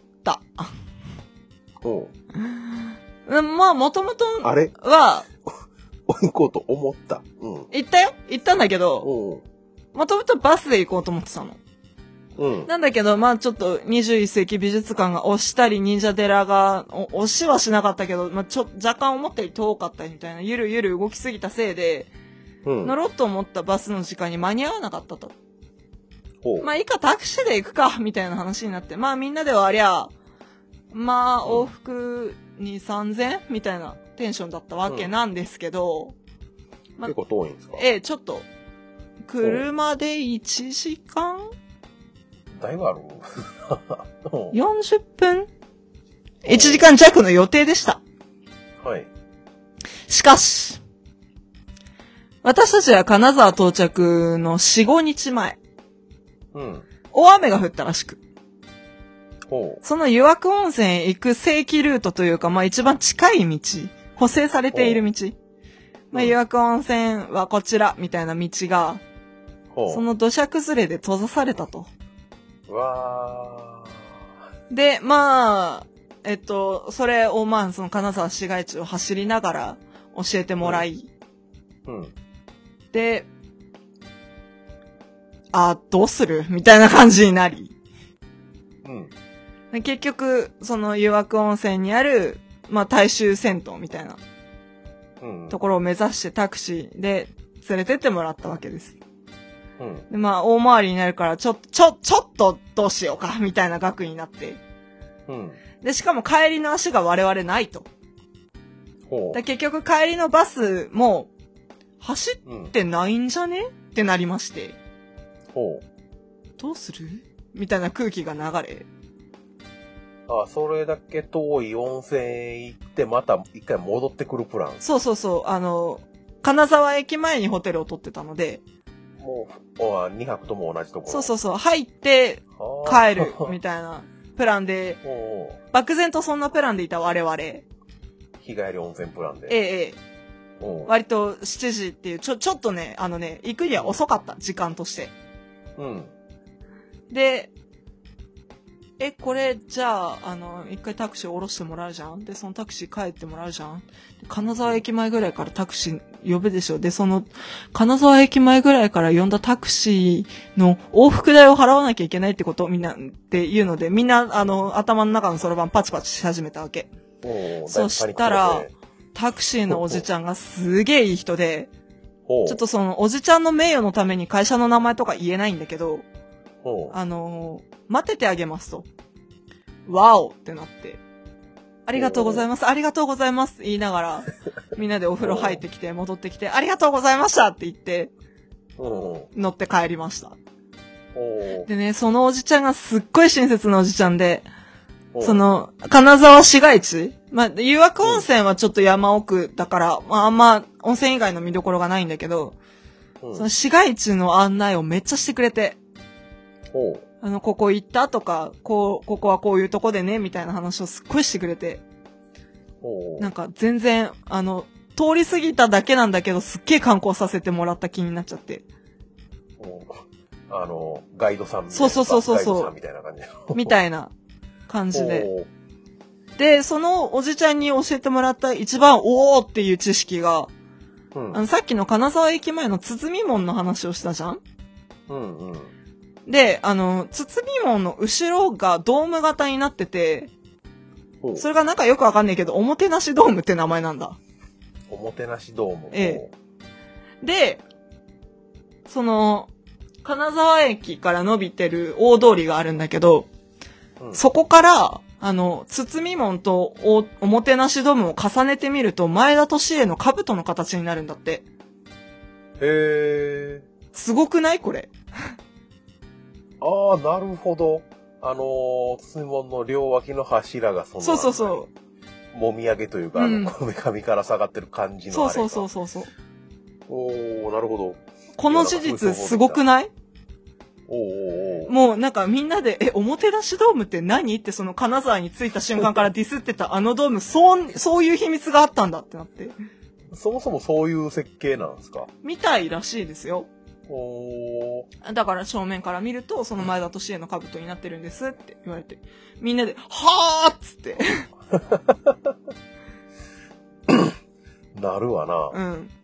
まあ、もともとは、 行こうと思った。 行ったよ。行ったんだけど、もともとバスで行こうと思ってたの。なんだけど、まあちょっと21世紀美術館が押したり、忍者寺が、押しはしなかったけど、まあ若干思ったより遠かったりみたいな、ゆるゆる動きすぎたせいで、乗ろうと思ったバスの時間に間に合わなかったと。まあいいか、タクシーで行くか、みたいな話になって、まあみんなではありゃ、まあ往復2、3000みたいなテンションだったわけなんですけど、 結構遠いんですか？ ちょっと、車で1時間だいぶある 40分 ?1 時間弱の予定でした。 はい。 しかし、私たちは金沢到着の4、5日前。大雨が降ったらしく。その湯涌温泉へ行く正規ルートというか、まあ一番近い道、補正されている道。まあ湯涌温泉はこちら、みたいな道が、その土砂崩れで閉ざされたと。で、まあ、それをまあその金沢市街地を走りながら、 教えてもらい、で、どうするみたいな感じになり、結局、その湯涌温泉にある、大衆銭湯みたいな、ところを目指してタクシーで連れてってもらったわけです。で大回りになるから、ちょっとどうしようか、みたいな額になって。で、しかも帰りの足が我々ないと。で結局帰りのバスも、走ってないんじゃねってなりまして。どうするみたいな空気が流れ。 それだけ遠い温泉行って、また一回戻ってくるプラン。 そう。金沢駅前にホテルを取ってたので。 もう、2泊とも同じところ。 そう。入って、帰る、みたいなプランで、漠然とそんなプランでいた我々。 日帰り温泉プランで。 ええ。割と7時っていう、ちょっとね、行くには遅かった、時間として。で、これ、じゃあ、一回タクシー降ろしてもらうじゃん。で、そのタクシー帰ってもらうじゃん。金沢駅前ぐらいからタクシー呼ぶでしょ。で、その、金沢駅前ぐらいから呼んだタクシーの往復代を払わなきゃいけないってことみんな、っていうので、みんな、頭の中のそろばんパチパチし始めたわけ。そしたら、タクシーのおじちゃんがすげえいい人で、ちょっとその、おじちゃんの名誉のために会社の名前とか言えないんだけど、待っててあげますと。わおってなって。ありがとうございます。ありがとうございます言いながら、みんなでお風呂入ってきて、戻ってきて、ありがとうございましたって言って、乗って帰りました。でね、そのおじちゃんがすっごい親切なおじちゃんで、その、金沢市街地湯涌温泉はちょっと山奥だから、あんま温泉以外の見どころがないんだけど、その市街地の案内をめっちゃしてくれて、ここ行ったとか、ここはこういうとこでね、みたいな話をすっごいしてくれて。なんか全然、通り過ぎただけなんだけど、すっげえ観光させてもらった気になっちゃって。 ガイドさんみたいな。 そう。ガイドさんみたいな感じ。みたいな感じで。で、そのおじちゃんに教えてもらった一番おーっていう知識が、さっきの金沢駅前の鼓門の話をしたじゃん？で、鼓門の後ろがドーム型になってて、それがなんかよくわかんないけど、おもてなしドームって名前なんだ。 おもてなしドーム。 で、その、金沢駅から伸びてる大通りがあるんだけど、そこから、鼓門とおもてなしドームを重ねてみると、前田利家の兜の形になるんだって。 へー。 すごくないこれ。 なるほど。包門の両脇の柱がそう。 もみあげというか、こめかみから下がってる感じのあれか。 そう。 なるほど。 この事実すごくない？もうなんかみんなで、おもてなしドームって何ってその金沢に着いた瞬間からディスってたあのドーム、そういう秘密があったんだってなって。 そもそもそういう設計なんですか？ みたいらしいですよ。だから正面から見ると、その前田利家の兜になってるんですって言われて、みんなで、はーっつって。 なるわな。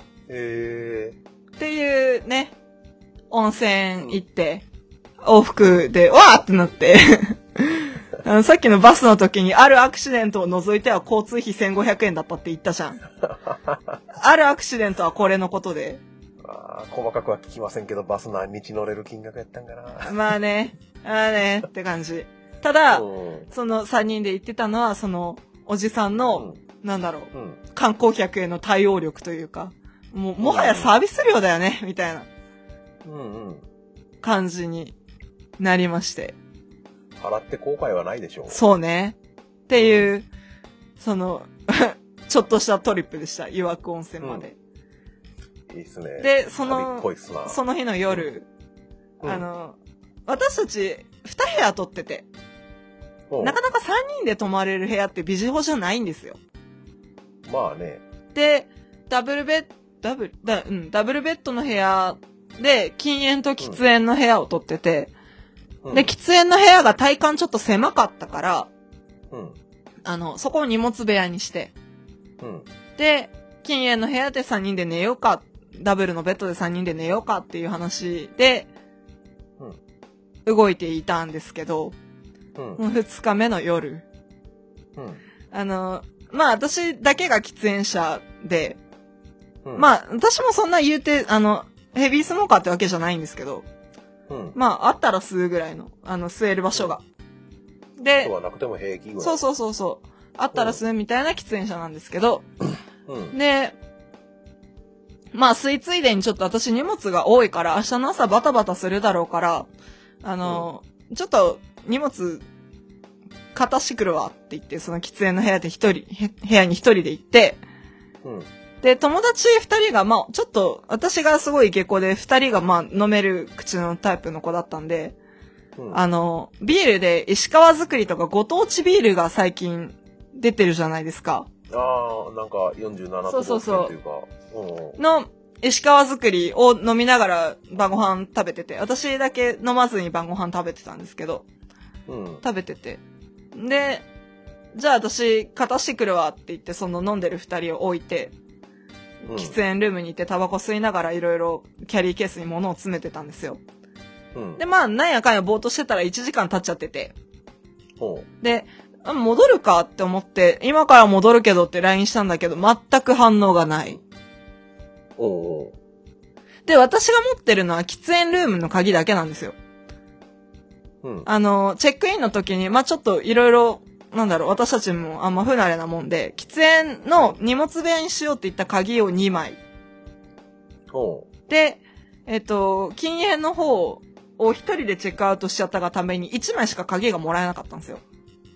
っていうね、温泉行って、往復で、わーってなって。さっきのバスの時にあるアクシデントを除いては交通費1500円だったって言ったじゃん。あるアクシデントはこれのことで。 細かくは聞きませんけど、バス何日乗れる金額やったんかな。 まあねって感じ。ただ、その3人で言ってたのは、そのおじさんの、観光客への対応力というか、もはやサービス料だよね、みたいな感じになりまして。 払って後悔はないでしょう。 そうね。っていう、その、ちょっとしたトリップでした。湯涌温泉まで。 いいっすね。 で、その日の夜、私たち2部屋取ってて、なかなか3人で泊まれる部屋ってビジホじゃないんですよ。 まあね。 で、ダブルベッドの部屋で、禁煙と喫煙の部屋を取ってて、で、喫煙の部屋が体感ちょっと狭かったから、そこを荷物部屋にして、で、 禁煙の部屋で3人で寝ようか、ダブルのベッドで3人で寝ようかっていう話で、動いていたんですけど、もう2日目の夜、まあ私だけが喫煙者で、まあ私もそんな言うて、ヘビースモーカーってわけじゃないんですけど、まああったら吸うぐらいの、吸える場所が。で、 そうはなくても平気ぐらい。 そう。あったら吸うみたいな喫煙者なんですけど、で、まあ吸いついでにちょっと私荷物が多いから、明日の朝バタバタするだろうから、ちょっと荷物、片してくるわって言って、その喫煙の部屋に一人で行って、で、友達二人が、まあ、ちょっと、私がすごいイケコで、二人がまあ、飲める口のタイプの子だったんで、ビールで石川作りとかご当地ビールが最近出てるじゃないですか。 ああ、なんか47都道府県というか。 の石川作りを飲みながら晩ご飯食べてて、私だけ飲まずに晩ご飯食べてたんですけど、食べてて。で、じゃあ私、片してくるわって言って、その飲んでる二人を置いて、喫煙ルームに行ってタバコ吸いながらいろいろキャリーケースに物を詰めてたんですよ。で、まあ、なんやかんやぼーっとしてたら1時間経っちゃってて。で、戻るかって思って、今から戻るけどって LINE したんだけど、全く反応がない。で、私が持ってるのは喫煙ルームの鍵だけなんですよ。チェックインの時に、まあ、ちょっといろいろ、私たちもあんま不慣れなもんで、喫煙の荷物部屋にしようって言った鍵を2枚。で、禁煙の方を一人でチェックアウトしちゃったがために1枚しか鍵がもらえなかったんですよ。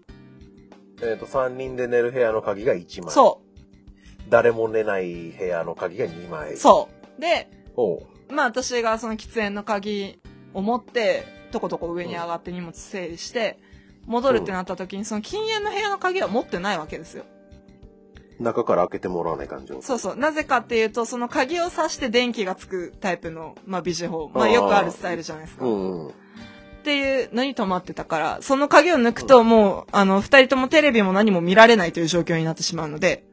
3人で寝る部屋の鍵が1枚。 そう。 誰も寝ない部屋の鍵が2枚。 そう。で、まあ私がその喫煙の鍵を持って、とことこ上に上がって荷物整理して、戻るってなった時にその禁煙の部屋の鍵は持ってないわけですよ。 中から開けてもらわない感じ。 そう。なぜかっていうと、その鍵を挿して電気がつくタイプの、まあビジホー。まあよくあるスタイルじゃないですか。っていうのに止まってたから、その鍵を抜くともう、二人ともテレビも何も見られないという状況になってしまうので、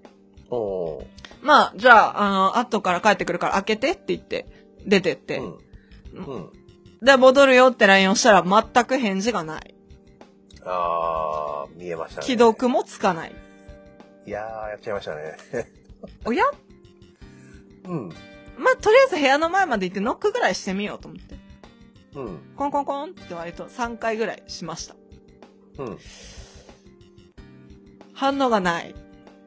まあ、じゃあ、後から帰ってくるから開けてって言って、出てって。で、戻るよって LINE をしたら全く返事がない。 見えましたね。 既読もつかない。 いやー、やっちゃいましたね。 おや？まあ、とりあえず部屋の前まで行ってノックぐらいしてみようと思って。コンコンコンって割と3回ぐらいしました。反応がない。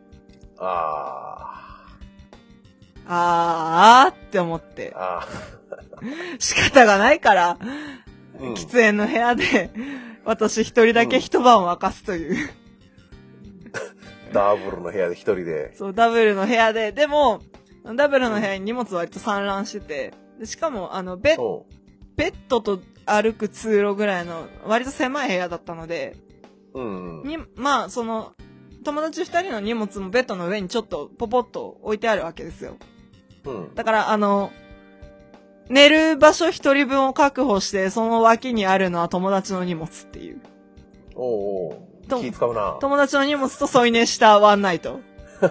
って思って。仕方がないから、喫煙の部屋で、私一人だけ一晩を明かすという。 ダブルの部屋で一人で。 そう、ダブルの部屋で。でも、ダブルの部屋に荷物割と散乱してて、でしかも、ベッドと歩く通路ぐらいの、割と狭い部屋だったので、まあ、その、友達二人の荷物もベッドの上にちょっとポポッと置いてあるわけですよ。だから、寝る場所一人分を確保して、その脇にあるのは友達の荷物っていう。 気使うな。 友達の荷物と添い寝したワンナイト。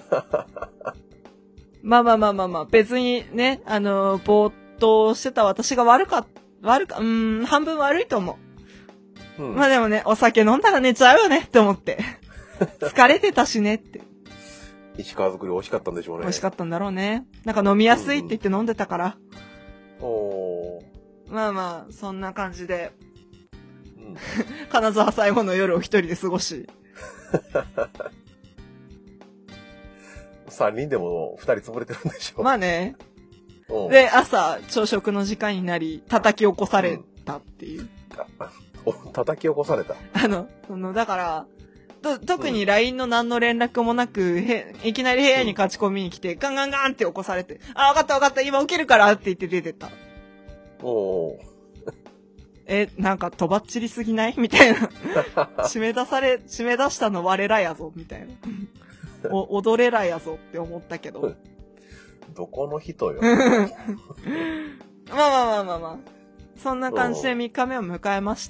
まあ、別にね、ぼーっとしてた私が半分悪いと思う。まあでもね、お酒飲んだら寝ちゃうよねって思って。疲れてたしねって。 石川作り美味しかったんでしょうね。 美味しかったんだろうね。なんか飲みやすいって言って飲んでたから。まあ、そんな感じで。金沢最後の夜を一人で過ごし。 3人でも2人潰れてるんでしょ。 まあね。で、朝、朝食の時間になり、叩き起こされたっていう。 叩き起こされた。 だから、特に LINE の何の連絡もなく、いきなり部屋に勝ち込みに来て、ガンガンガンって起こされて、わかった、今起きるからって言って出てった。なんか、とばっちりすぎないみたいな。締め出したの我らやぞ、みたいな。踊れらやぞって思ったけど。 どこの人よ。 まあ。そんな感じで3日目を迎えまして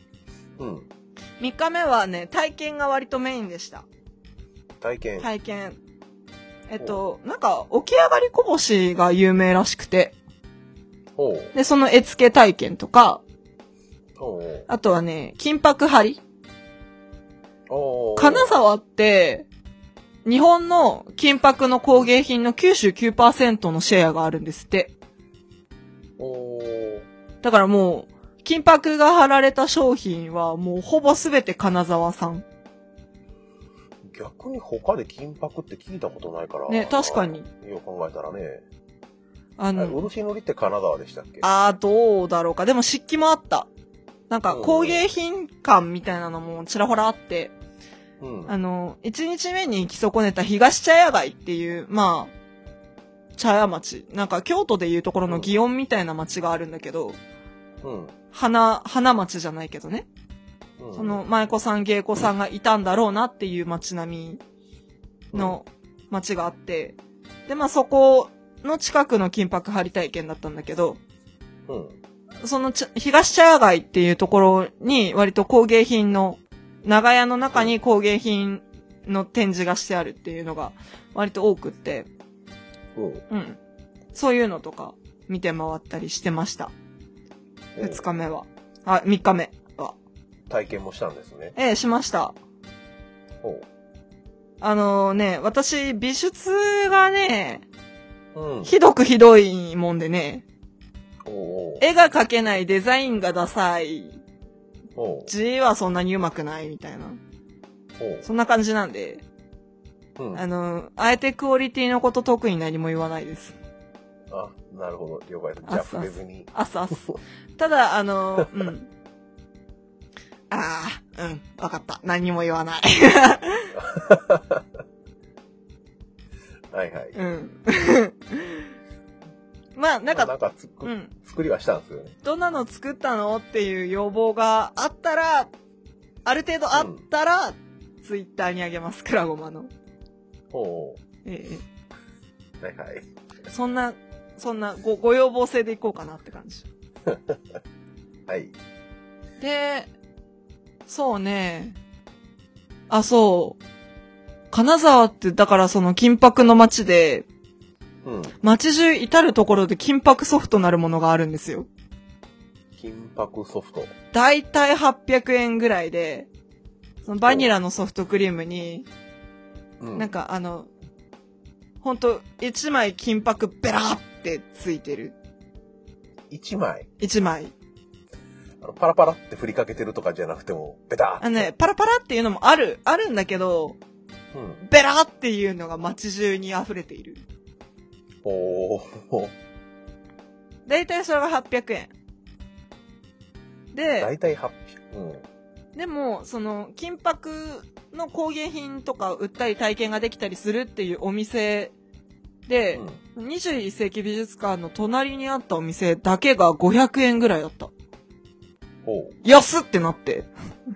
。3日目はね、体験が割とメインでした。 体験。 なんか、起き上がりこぼしが有名らしくて。で、その絵付け体験とか、あとはね、金箔貼り。金沢って、日本の金箔の工芸品の 99% のシェアがあるんですって。だからもう、金箔が貼られた商品はもうほぼすべて金沢産。 逆に他で金箔って聞いたことないから。 ね、確かに。 よく考えたらね。漆塗りって金沢でしたっけ？ どうだろうか。でも漆器もあった。なんか工芸品館みたいなのもちらほらあって、1日目に行き損ねた東茶屋街っていう、まあ、茶屋町。なんか京都でいうところの祇園みたいな町があるんだけど、花町じゃないけどね。その、舞妓さん、芸妓さんがいたんだろうなっていう街並みの街があって、で、まあそこの近くの金箔貼り体験だったんだけど、その東茶屋街っていうところに割と工芸品の、長屋の中に工芸品の展示がしてあるっていうのが割と多くって、そういうのとか見て回ったりしてました。2日目は。3日目は。 体験もしたんですね。 しました。私、美術がね、ひどくひどいもんでね、絵が描けないデザインがダサい。字はそんなに上手くないみたいな。そんな感じなんで、あえてクオリティのこと特に何も言わないです。 なるほど。了解です。じゃあ触れずに。 ただ、わかった。何も言わない。 はいはい。 まあ、なんか作りはしたんですよね。 どんなの作ったのっていう要望があったら、ある程度あったら、ツイッターにあげます、くらごまの。 はいはい。 そんな、ご要望制でいこうかなって感じ。 はい。 で、そうね。金沢って、だからその金箔の街で、街中至るところで金箔ソフトなるものがあるんですよ。 金箔ソフト。 だいたい800円ぐらいで、そのバニラのソフトクリームに、なんかほんと、1枚金箔ベラーってついてる。 1枚 ?1 枚。 パラパラって振りかけてるとかじゃなくても、ベターパラパラっていうのもあるんだけど、ベラーっていうのが街中に溢れている。だいたいそれが800円。で、 だいたい800円。 でも、その、金箔の工芸品とか売ったり体験ができたりするっていうお店で、21世紀美術館の隣にあったお店だけが500円ぐらいだった。安ってなって。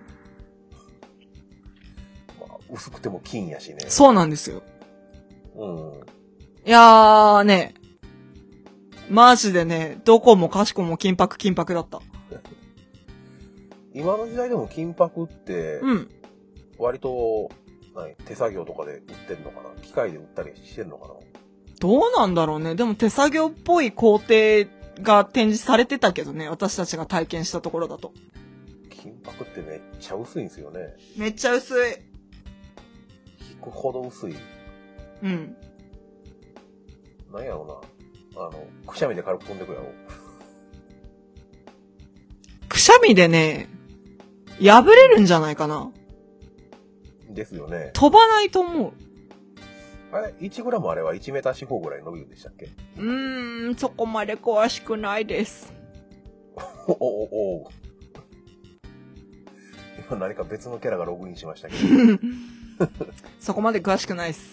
薄くても金やしね。 そうなんですよ。いやーね、マジでね、どこもかしこも金箔だった。 今の時代でも金箔って、割と、手作業とかで売ってるのかな？機械で売ったりしてるのかな？ どうなんだろうね。でも手作業っぽい工程が展示されてたけどね、私たちが体験したところだと。 金箔ってめっちゃ薄いんですよね。 めっちゃ薄い。 引くほど薄い。なんやろうな。くしゃみで軽く飛んでくやろ。 くしゃみでね、破れるんじゃないかな。 ですよね。 飛ばないと思う。 1グラムあれは1メーター四方ぐらい伸びるんでしたっけ？ そこまで詳しくないです。 今何か別のキャラがログインしましたけど。 そこまで詳しくないっす。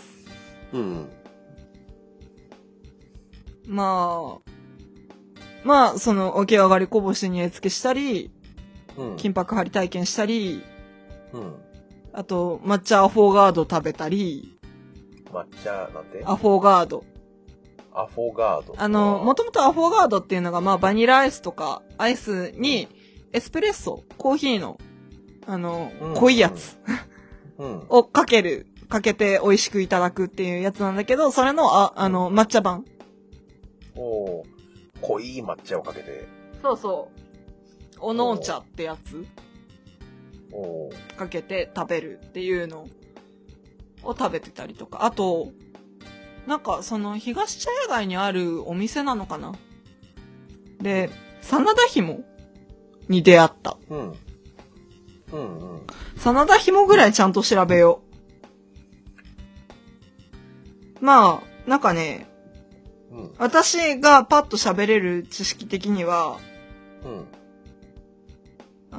まあ、その、起き上がりこぼしに絵付けしたり、金箔貼り体験したり、あと、抹茶アフォガード食べたり、 抹茶なんて？ アフォガード。 アフォガード。 もともとアフォガードっていうのが、まあ、バニラアイスとか、アイスに、エスプレッソ、コーヒーの、濃いやつをかけるかけて美味しくいただくっていうやつなんだけど、それの、抹茶版。 おー。濃い抹茶をかけて。 そうそう。おのお茶ってやつかけて食べるっていうのを食べてたりとか。あと、なんかその東茶屋街にあるお店なのかなで、真田紐に出会った。うん。うんうん。真田紐ぐらいちゃんと調べよう。まあ、なんかね、うん、私がパッと喋れる知識的には、うん、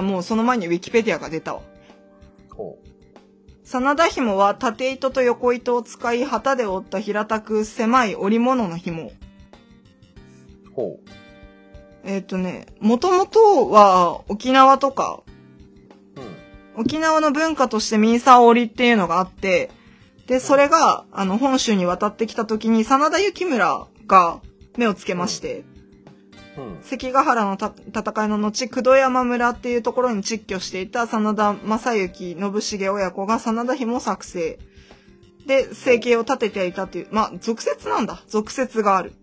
もうその前にウィキペディアが出たわ。ほう。真田紐は縦糸と横糸を使い旗で折った平たく狭い織物の紐。ほう。もともとは沖縄とか、うん、沖縄の文化としてミンサー織りっていうのがあって、で、それが、本州に渡ってきた時に、真田幸村が目をつけまして、関ヶ原の戦いの後、九度山村っていうところに蟄居していた真田正幸、信繁親子が真田紐を作成。で、生計を立てていたという、まあ、俗説なんだ。俗説がある。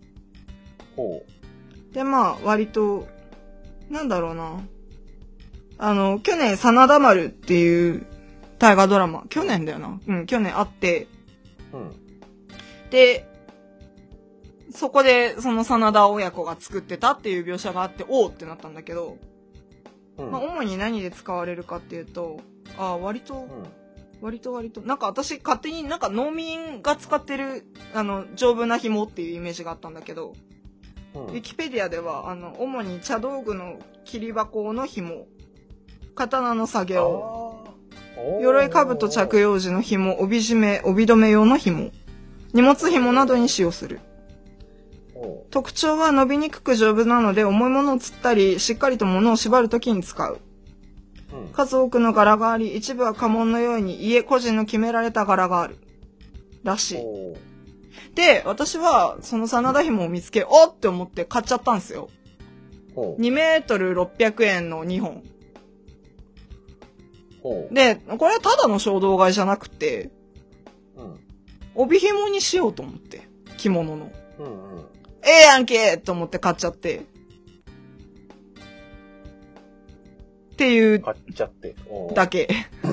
で、まあ、割と、なんだろうな。去年、真田丸っていう大河ドラマ、去年だよな。うん、去年あって、うん、で、そこで、その真田親子が作ってたっていう描写があって、おーってなったんだけど、うん、まあ、主に何で使われるかっていうと、割と、なんか私勝手になんか農民が使ってる、丈夫な紐っていうイメージがあったんだけど、うん、ウィキペディアでは、主に茶道具の切り箱の紐、刀の作業、鎧兜着用時の紐、帯留め用の紐、荷物紐などに使用する。特徴は伸びにくく丈夫なので重いものを釣ったり、しっかりと物を縛るときに使う。うん、数多くの柄があり、一部は家紋のように家個人の決められた柄がある。らしい。で、私はその真田紐を見つけ、おって思って買っちゃったんですよ。2メートル600円の2本。で、これはただの衝動買いじゃなくて、うん、帯紐にしようと思って、着物の。うんうん、やんけと思って買っちゃって。っていう。 買っちゃって。 だけ。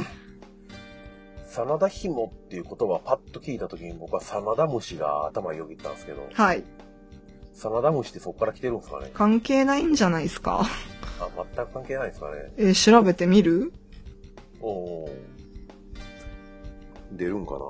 真田紐っていう言葉パッと聞いたときに僕は真田虫が頭によぎったんですけど。 はい。 真田虫ってそこから来てるんですかね？ 関係ないんじゃないですか？ 全く関係ないですかね？ 調べてみる？ 出るんかな？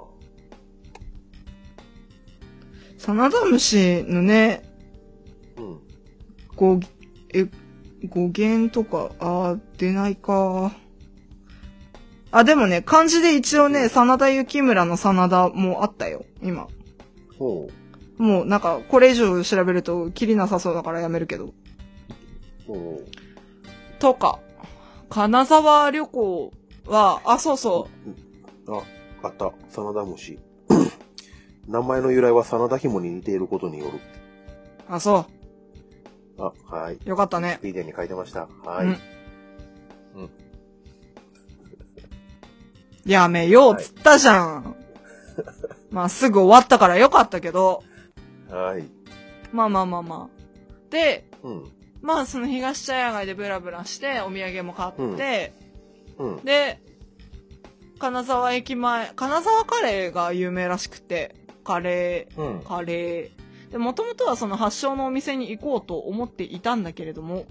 真田虫のね、うん。語源とか、出ないか。でもね、漢字で一応ね、真田幸村の真田もあったよ、今。もうなんか、これ以上調べると、キリなさそうだからやめるけど。とか、金沢旅行は、そうそう。 あった、真田虫。名前の由来は真田紐に似ていることによる。 そう。 はい。 よかったね。 ウィキペディアに書いてました。はい。うん。 やめようっつったじゃん。まあすぐ終わったからよかったけど。 はい。 まあ。で、まあその東茶屋街でブラブラしてお土産も買って、で、金沢駅前、金沢カレーが有名らしくて、カレー。で、もともとはその発祥のお店に行こうと思っていたんだけれども、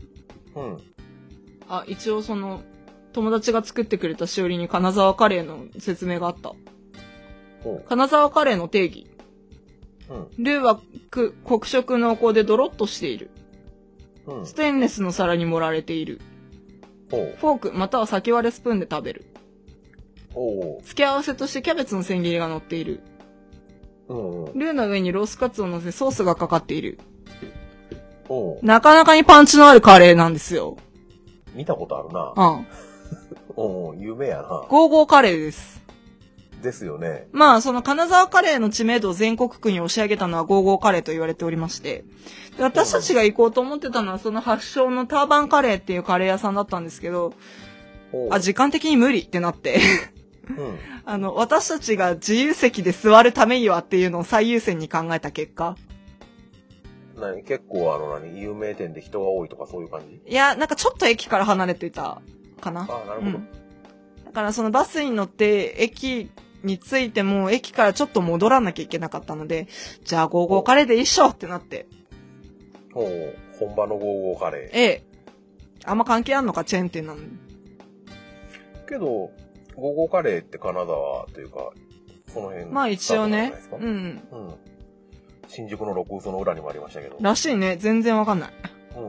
一応その、友達が作ってくれたしおりに金沢カレーの説明があった。金沢カレーの定義。ルーは黒色濃厚でドロッとしている。ステンレスの皿に盛られている。フォークまたは先割れスプーンで食べる。付け合わせとしてキャベツの千切りが乗っている。ルーの上にロースカツを乗せソースがかかっている。なかなかにパンチのあるカレーなんですよ。 見たことあるな。有名やな。 ゴーゴーカレーです。 ですよね。 まあ、その金沢カレーの知名度を全国区に押し上げたのはゴーゴーカレーと言われておりまして。で私たちが行こうと思ってたのはその発祥のターバンカレーっていうカレー屋さんだったんですけど、時間的に無理ってなって。 私たちが自由席で座るためにはっていうのを最優先に考えた結果。 結構有名店で人が多いとかそういう感じ？ いや、なんかちょっと駅から離れてたかな。 あ、なるほど。 だからそのバスに乗って駅に着いても駅からちょっと戻らなきゃいけなかったので、じゃあゴーゴーカレーで一緒ってなって。 本場のゴーゴーカレー。 ええ。あんま関係あんのか、チェーン店なのに。 けど、ゴーゴーカレーって金沢というか、その辺。 まあ一応ね。 うん。新宿の六嘘の裏にもありましたけど。 らしいね。全然わかんない。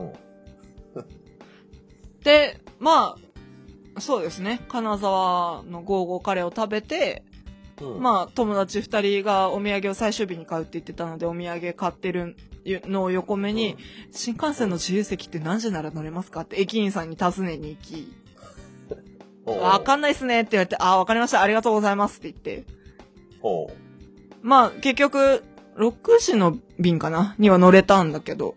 で、まあ、そうですね。金沢のゴーゴーカレーを食べて、まあ、友達2人がお土産を最終日に買うって言ってたので、お土産買ってるのを横目に、新幹線の自由席って何時なら乗れますかって駅員さんに尋ねに行き、わかんないっすねって言われて、わかりました、ありがとうございますって言って。まあ、結局、6時の便かなには乗れたんだけど、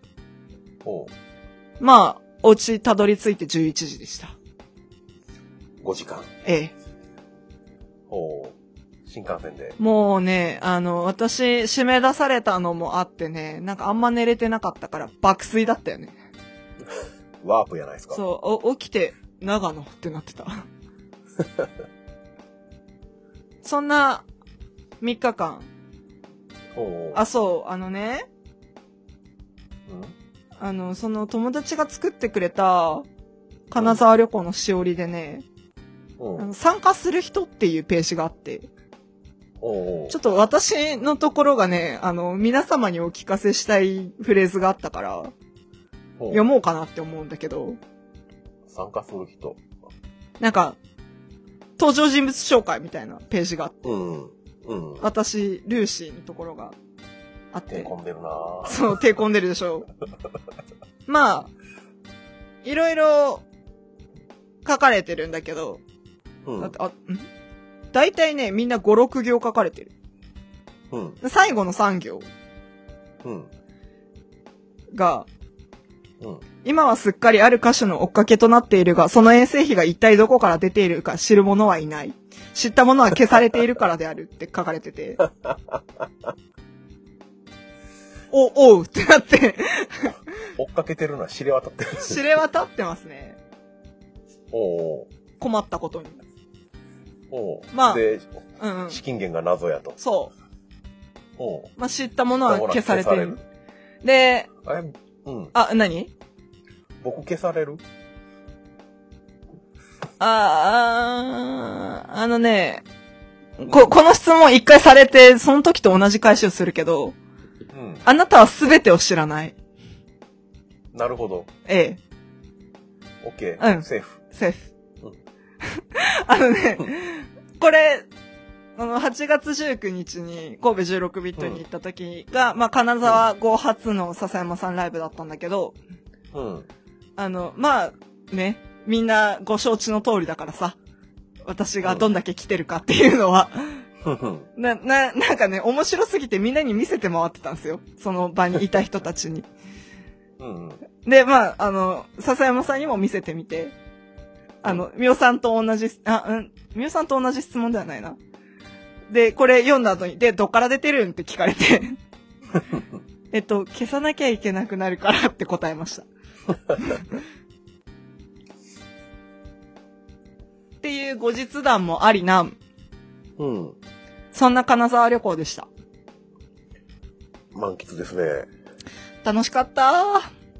まあ、お家たどり着いて11時でした。 5時間。 ええ。 新幹線で。 もうね、私、締め出されたのもあってね、なんかあんま寝れてなかったから爆睡だったよね。 ワープやないですか。 そう、起きて、長野ってなってた。そんな、3日間。そう、その友達が作ってくれた、金沢旅行のしおりでね、参加する人っていうページがあって、ちょっと私のところがね、皆様にお聞かせしたいフレーズがあったから、読もうかなって思うんだけど。 参加する人。 なんか、登場人物紹介みたいなページがあって、私、ルーシーのところがあって。 手込んでるなぁ。 そう、手込んでるでしょ。まあ、いろいろ書かれてるんだけど、だいたいね、みんな5、6行書かれてる。最後の3行が、今はすっかりある歌手の追っかけとなっているが、その遠征費が一体どこから出ているか知る者はいない。知った者は消されているからであるって書かれてて。おうってなって。 追っかけてるのは知れ渡ってる。 知れ渡ってますね。困ったことに。まあ、 で、資金源が謎やと。 そう。まあ、知ったものは消されてる。で、何？ 僕消される？ この質問一回されて、その時と同じ返しをするけど、あなたは全てを知らない。 なるほど。 ええ。 オッケー。セーフ。 セーフ。これ、8月19日に神戸16ビットに行った時が、まあ、金沢号初の笹山さんライブだったんだけど、まあ、ね、みんなご承知の通りだからさ、私がどんだけ来てるかっていうのは、なんかね、面白すぎてみんなに見せて回ってたんですよ。その場にいた人たちに。で、まあ、笹山さんにも見せてみて、みおさんと同じ質問ではないな。で、これ読んだ後に、で、どっから出てるんって聞かれて、消さなきゃいけなくなるからって答えました。っていう後日談もありな、そんな金沢旅行でした。 満喫ですね。 楽しかった。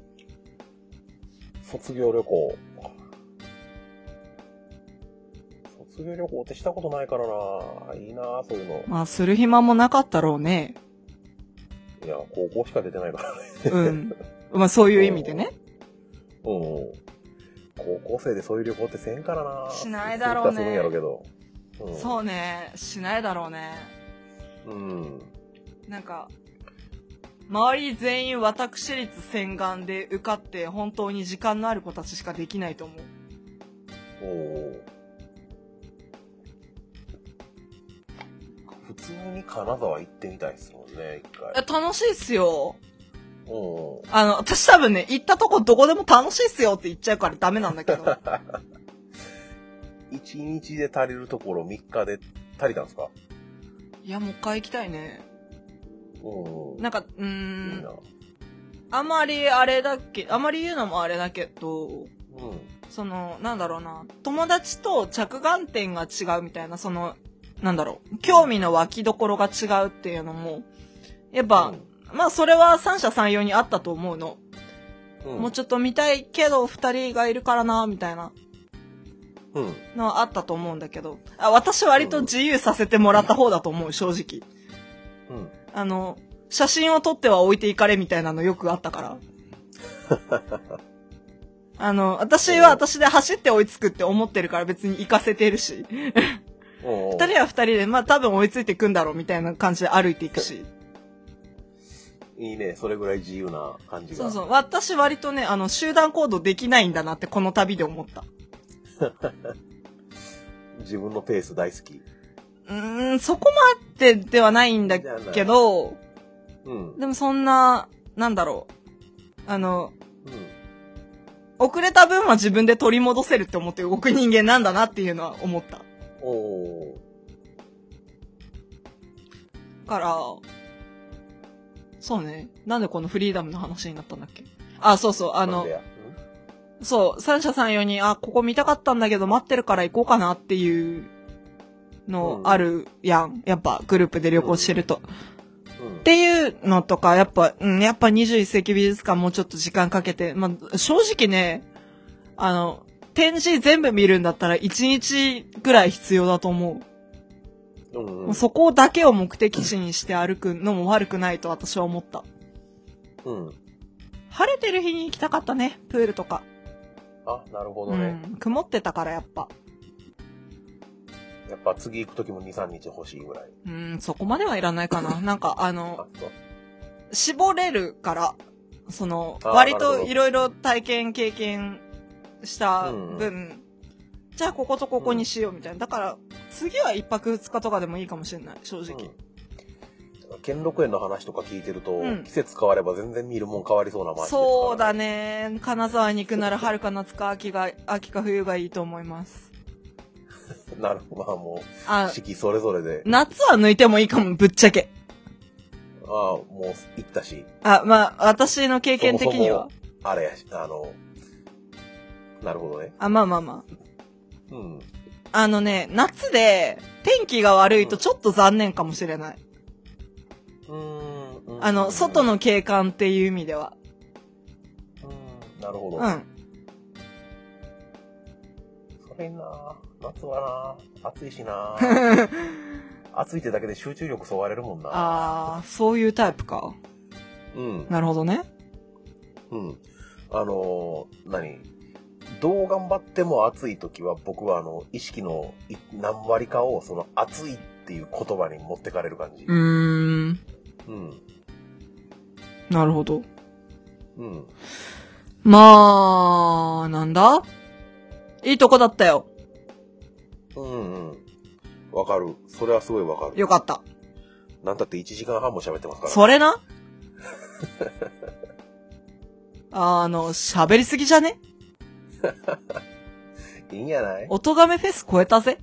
卒業旅行。卒業旅行ってしたことないからな。いいなそういうの。 まあ、する暇もなかったろうね。 いや、高校しか出てないからね。まあ、そういう意味でね。 高校生でそういう旅行ってせんからな。 しないだろうね。 するんやろうけど。 そうね。しないだろうね。なんか、周り全員私立洗顔で受かって本当に時間のある子たちしかできないと思う。 普通に金沢行ってみたいですもんね、一回。 楽しいっすよ。私多分ね、行ったとこどこでも楽しいっすよって言っちゃうからダメなんだけど。 1日で足りるところ3日で足りたんですか？ いや、もう一回行きたいね。なんか、 いいな。 あんまりあれだっけ、あんまり言うのもあれだけど、その、なんだろうな、友達と着眼点が違うみたいな、その、なんだろう、興味の湧きどころが違うっていうのも、やっぱ、まあそれは三者三様にあったと思うの。もうちょっと見たいけど二人がいるからな、みたいな。のはあったと思うんだけど、私割と自由させてもらった方だと思う、正直。写真を撮っては置いていかれみたいなのよくあったから。私は私で走って追いつくって思ってるから別に行かせてるし。二人は二人で、まあ多分追いついていくんだろうみたいな感じで歩いていくし。 いいね、それぐらい自由な感じが。 そうそう。私割とね、集団行動できないんだなってこの旅で思った。 自分のペース大好き。 そこまでではないんだけど、でもそんな、なんだろう。遅れた分は自分で取り戻せるって思って動く人間なんだなっていうのは思った。から、そうね。なんでこのフリーダムの話になったんだっけ？そうそう、そう、三者三様に、ここ見たかったんだけど待ってるから行こうかなっていうのあるやん。やっぱグループで旅行してると。っていうのとか、やっぱ21世紀美術館もうちょっと時間かけて、まあ、正直ね、展示全部見るんだったら1日ぐらい必要だと思う。そこだけを目的地にして歩くのも悪くないと私は思った。晴れてる日に行きたかったね、プールとか。 なるほどね。 曇ってたからやっぱ次行くときも2、3日欲しいぐらい。 そこまではいらないかな。なんか絞れるから、割といろいろ体験経験した分、じゃあこことここにしようみたいな。だから、次は1泊2日とかでもいいかもしれない、正直。 兼六園の話とか聞いてると、季節変われば全然見るもん変わりそうな街ですからね。 そうだね。金沢に行くなら春か夏か秋か冬がいいと思います。 なるほど、もう、四季それぞれで。 夏は抜いてもいいかも、ぶっちゃけ。 もう行ったし。 まあ、私の経験的には。 あれやし、なるほどね。 まあまあまあ。夏で天気が悪いとちょっと残念かもしれない。外の景観っていう意味では。 なるほど。それな、夏はな、暑いしな。暑いってだけで集中力そがれるもんな。 そういうタイプか。なるほどね。 どう頑張っても暑い時は僕は意識の何割かをその暑いっていう言葉に持ってかれる感じ。 なるほど。まあ、なんだ？いいとこだったよ。 わかる。それはすごいわかる。 よかった。 なんたって1時間半も喋ってますから。 それな喋りすぎじゃね？ いいんやない？ おとがめフェス超えたぜ。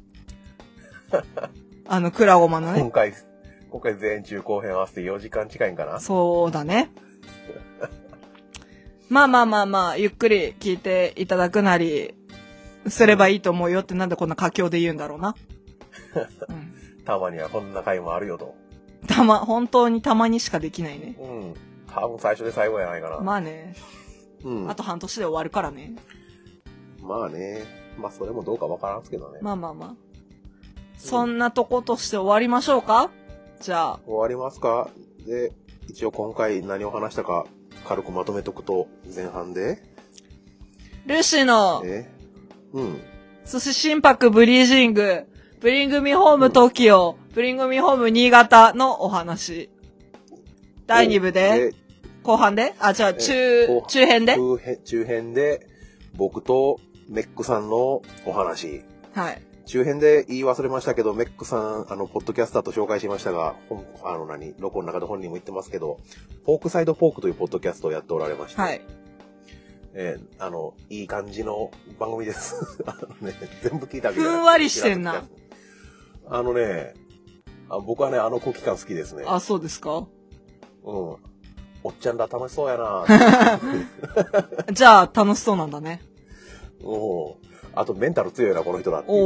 クラゴマのね。 今回前中後編合わせて4時間近いんかな？ そうだね。まあ、ゆっくり聞いていただくなり、すればいいと思うよってなんでこんな佳境で言うんだろうな。 たまにはこんな回もあるよと。 本当にたまにしかできないね。 多分最初で最後やないかな。 まあね。あと半年で終わるからね。 まあね。まあそれもどうかわからんすけどね。 まあ。そんなとことして終わりましょうか？じゃあ。 終わりますか？で、一応今回何を話したか軽くまとめとくと、前半で。 ルーシーの、寿司心拍ブリージング、ブリングミホーム TOKIO、ブリングミホーム新潟のお話。第2部で、後半で中編で中編で、僕とメックさんのお話。 はい。 中編で言い忘れましたけど、メックさん、ポッドキャスターと紹介しましたが、録音の中で本人も言ってますけど、ポークサイドポークというポッドキャストをやっておられまして。はい。 いい感じの番組です。全部聞いたわけじゃない。ふんわりしてんな。 僕はね、空気感好きですね。 あ、そうですか？うん。 おっちゃんら楽しそうやな。 じゃあ、楽しそうなんだね。 あと、メンタル強いな、この人だっていう。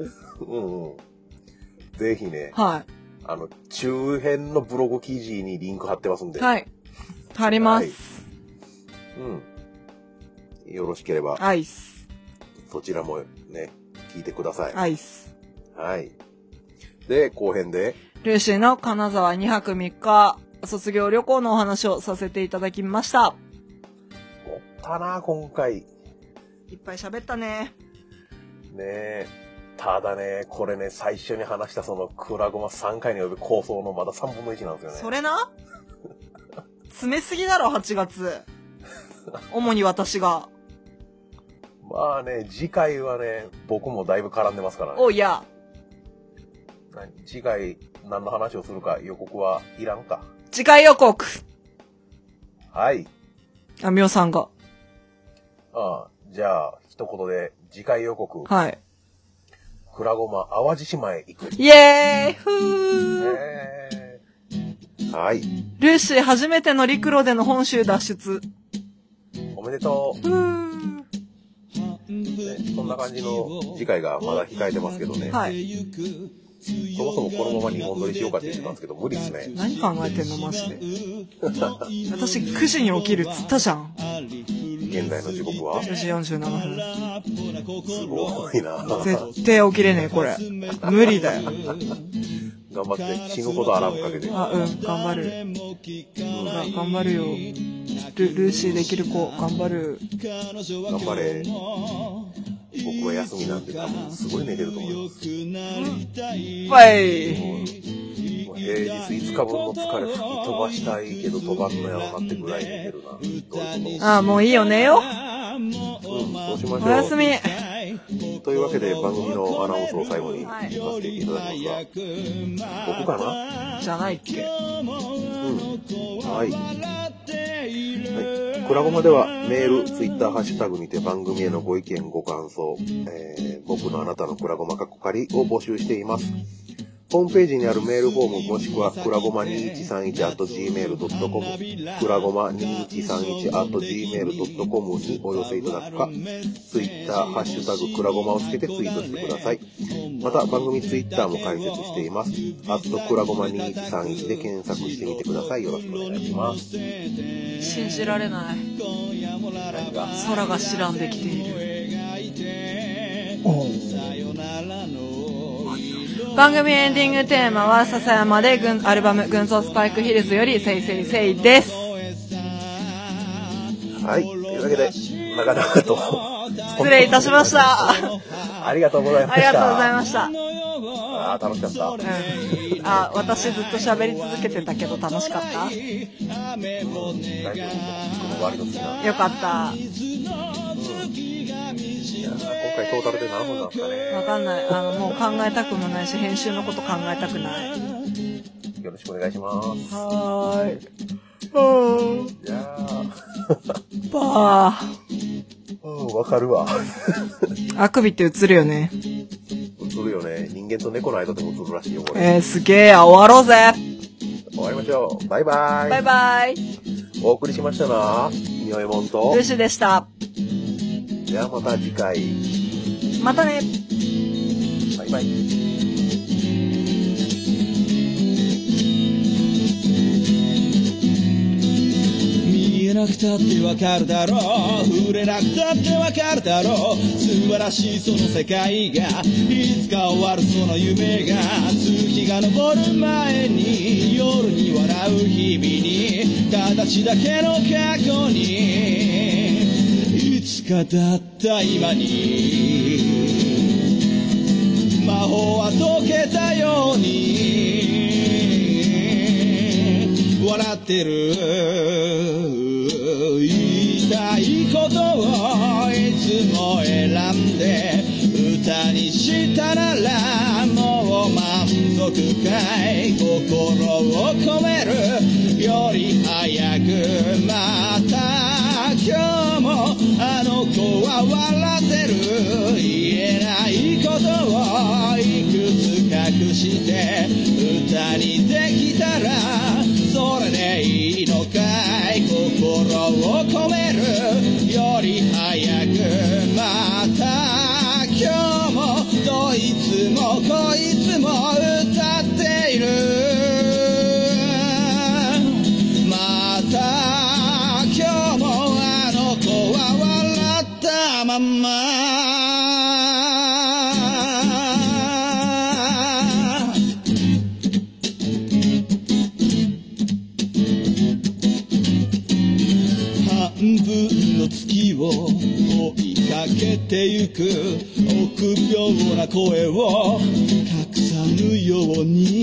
うん。ぜひね。 はい。 中編のブログ記事にリンク貼ってますんで。 はい。貼ります。はい、 うん。よろしければ。 アイス。 そちらもね、聞いてください。 アイス。 はい。で、後編で。 ルーシーの金沢2泊3日、卒業旅行のお話をさせていただきました。 持ったな、今回。 いっぱい喋ったね。 ねえ。ただね、これね、最初に話したその、クラゴマ3回に及ぶ構想のまだ3分の1なんですよね。 それな詰めすぎだろ、8月。主に私が。 まあね、次回はね、僕もだいぶ絡んでますからね。 おいや。 次回何の話をするか予告はいらんか。 次回予告。 はい。 あみおさんが。 じゃあ、一言で次回予告。 はい。 クラゴマ淡路島へ行く。 イエーイふー、はい。 ルーシー初めての陸路での本州脱出。 おめでとう。ね、そんな感じの次回がまだ控えてますけどね。 はい。 そもそもこのまま日本撮りしようかって言ってたんですけど、無理っすね。 何考えてんのマジで。私9時に起きるっつったじゃん。 現在の時刻は 4時47分。 すごいな。 絶対起きれねえ、これ。無理だよ。 頑張って、死ぬほどアラームかけて。 頑張る。頑張るよ。ルーシーできる子、頑張る。 頑張れ。僕は休みなんで多分すごい寝てると思います。 はい。 平日5日分の疲れ吹き飛ばしたいけど飛ばんのやろなってぐらい寝てるな。もういいよ、寝よ。 そうしましょう。 おやすみ。 というわけで番組のアナウンスを最後に言わせていただきますが、僕かな？ じゃないっけ？ はい。クラゴマではメール、ツイッター、ハッシュタグにて番組へのご意見、ご感想、僕のあなたのクラゴマかっこかりを募集しています。ホームページにあるメールフォームもしくはクラゴマ2131@gmail.com クラゴマ2131@gmail.com にお寄せいただくか、ツイッター、ハッシュタグクラゴマをつけてツイートしてください。また番組ツイッターも開設しています。クラゴマ2131で検索してみてください。よろしくお願いします。 信じられない。空が白んできている。番組エンディングテーマは笹山でアルバム群像スパイクヒルズよりせいせいせいです。 はい、というわけで長々と失礼いたしました。 ありがとうございました。 ありがとうございました。 楽しかった。 私ずっと喋り続けてたけど楽しかった。よかった。 今回トータルで何分なんですかね。 わかんない。もう考えたくもないし、編集のこと考えたくない。 よろしくお願いします。 はーい。 じゃあ。 ばー。わかるわ。 あくびって映るよね。 映るよね。人間と猫の間でも映るらしいよ、これ。 すげえ。終わろうぜ。 終わりましょう。バイバイ。 バイバイ。 お送りしましたな。みよえもんと。 ルシでした。 じゃあまた次回。 またね。 バイバイ。 見えなくたってわかるだろう、触れなくたってわかるだろう、素晴らしいその世界がいつか終わる、その夢が月が昇る前に、夜に笑う日々に、形だけの過去に、いつかだった今に魔法は解けたように笑ってる、言いたいことをいつも選んで歌にしたなら、もう満足かい、心を込めるより早く、また今日も笑ってる言えないことをいくつ隠して歌にできたらそれでいいのかい心を込めるより早くまた今日もどいつもこいつも歌っているまた今日もあの子は笑ったまんま半分の月を追いかけてゆく臆病な声を隠さぬように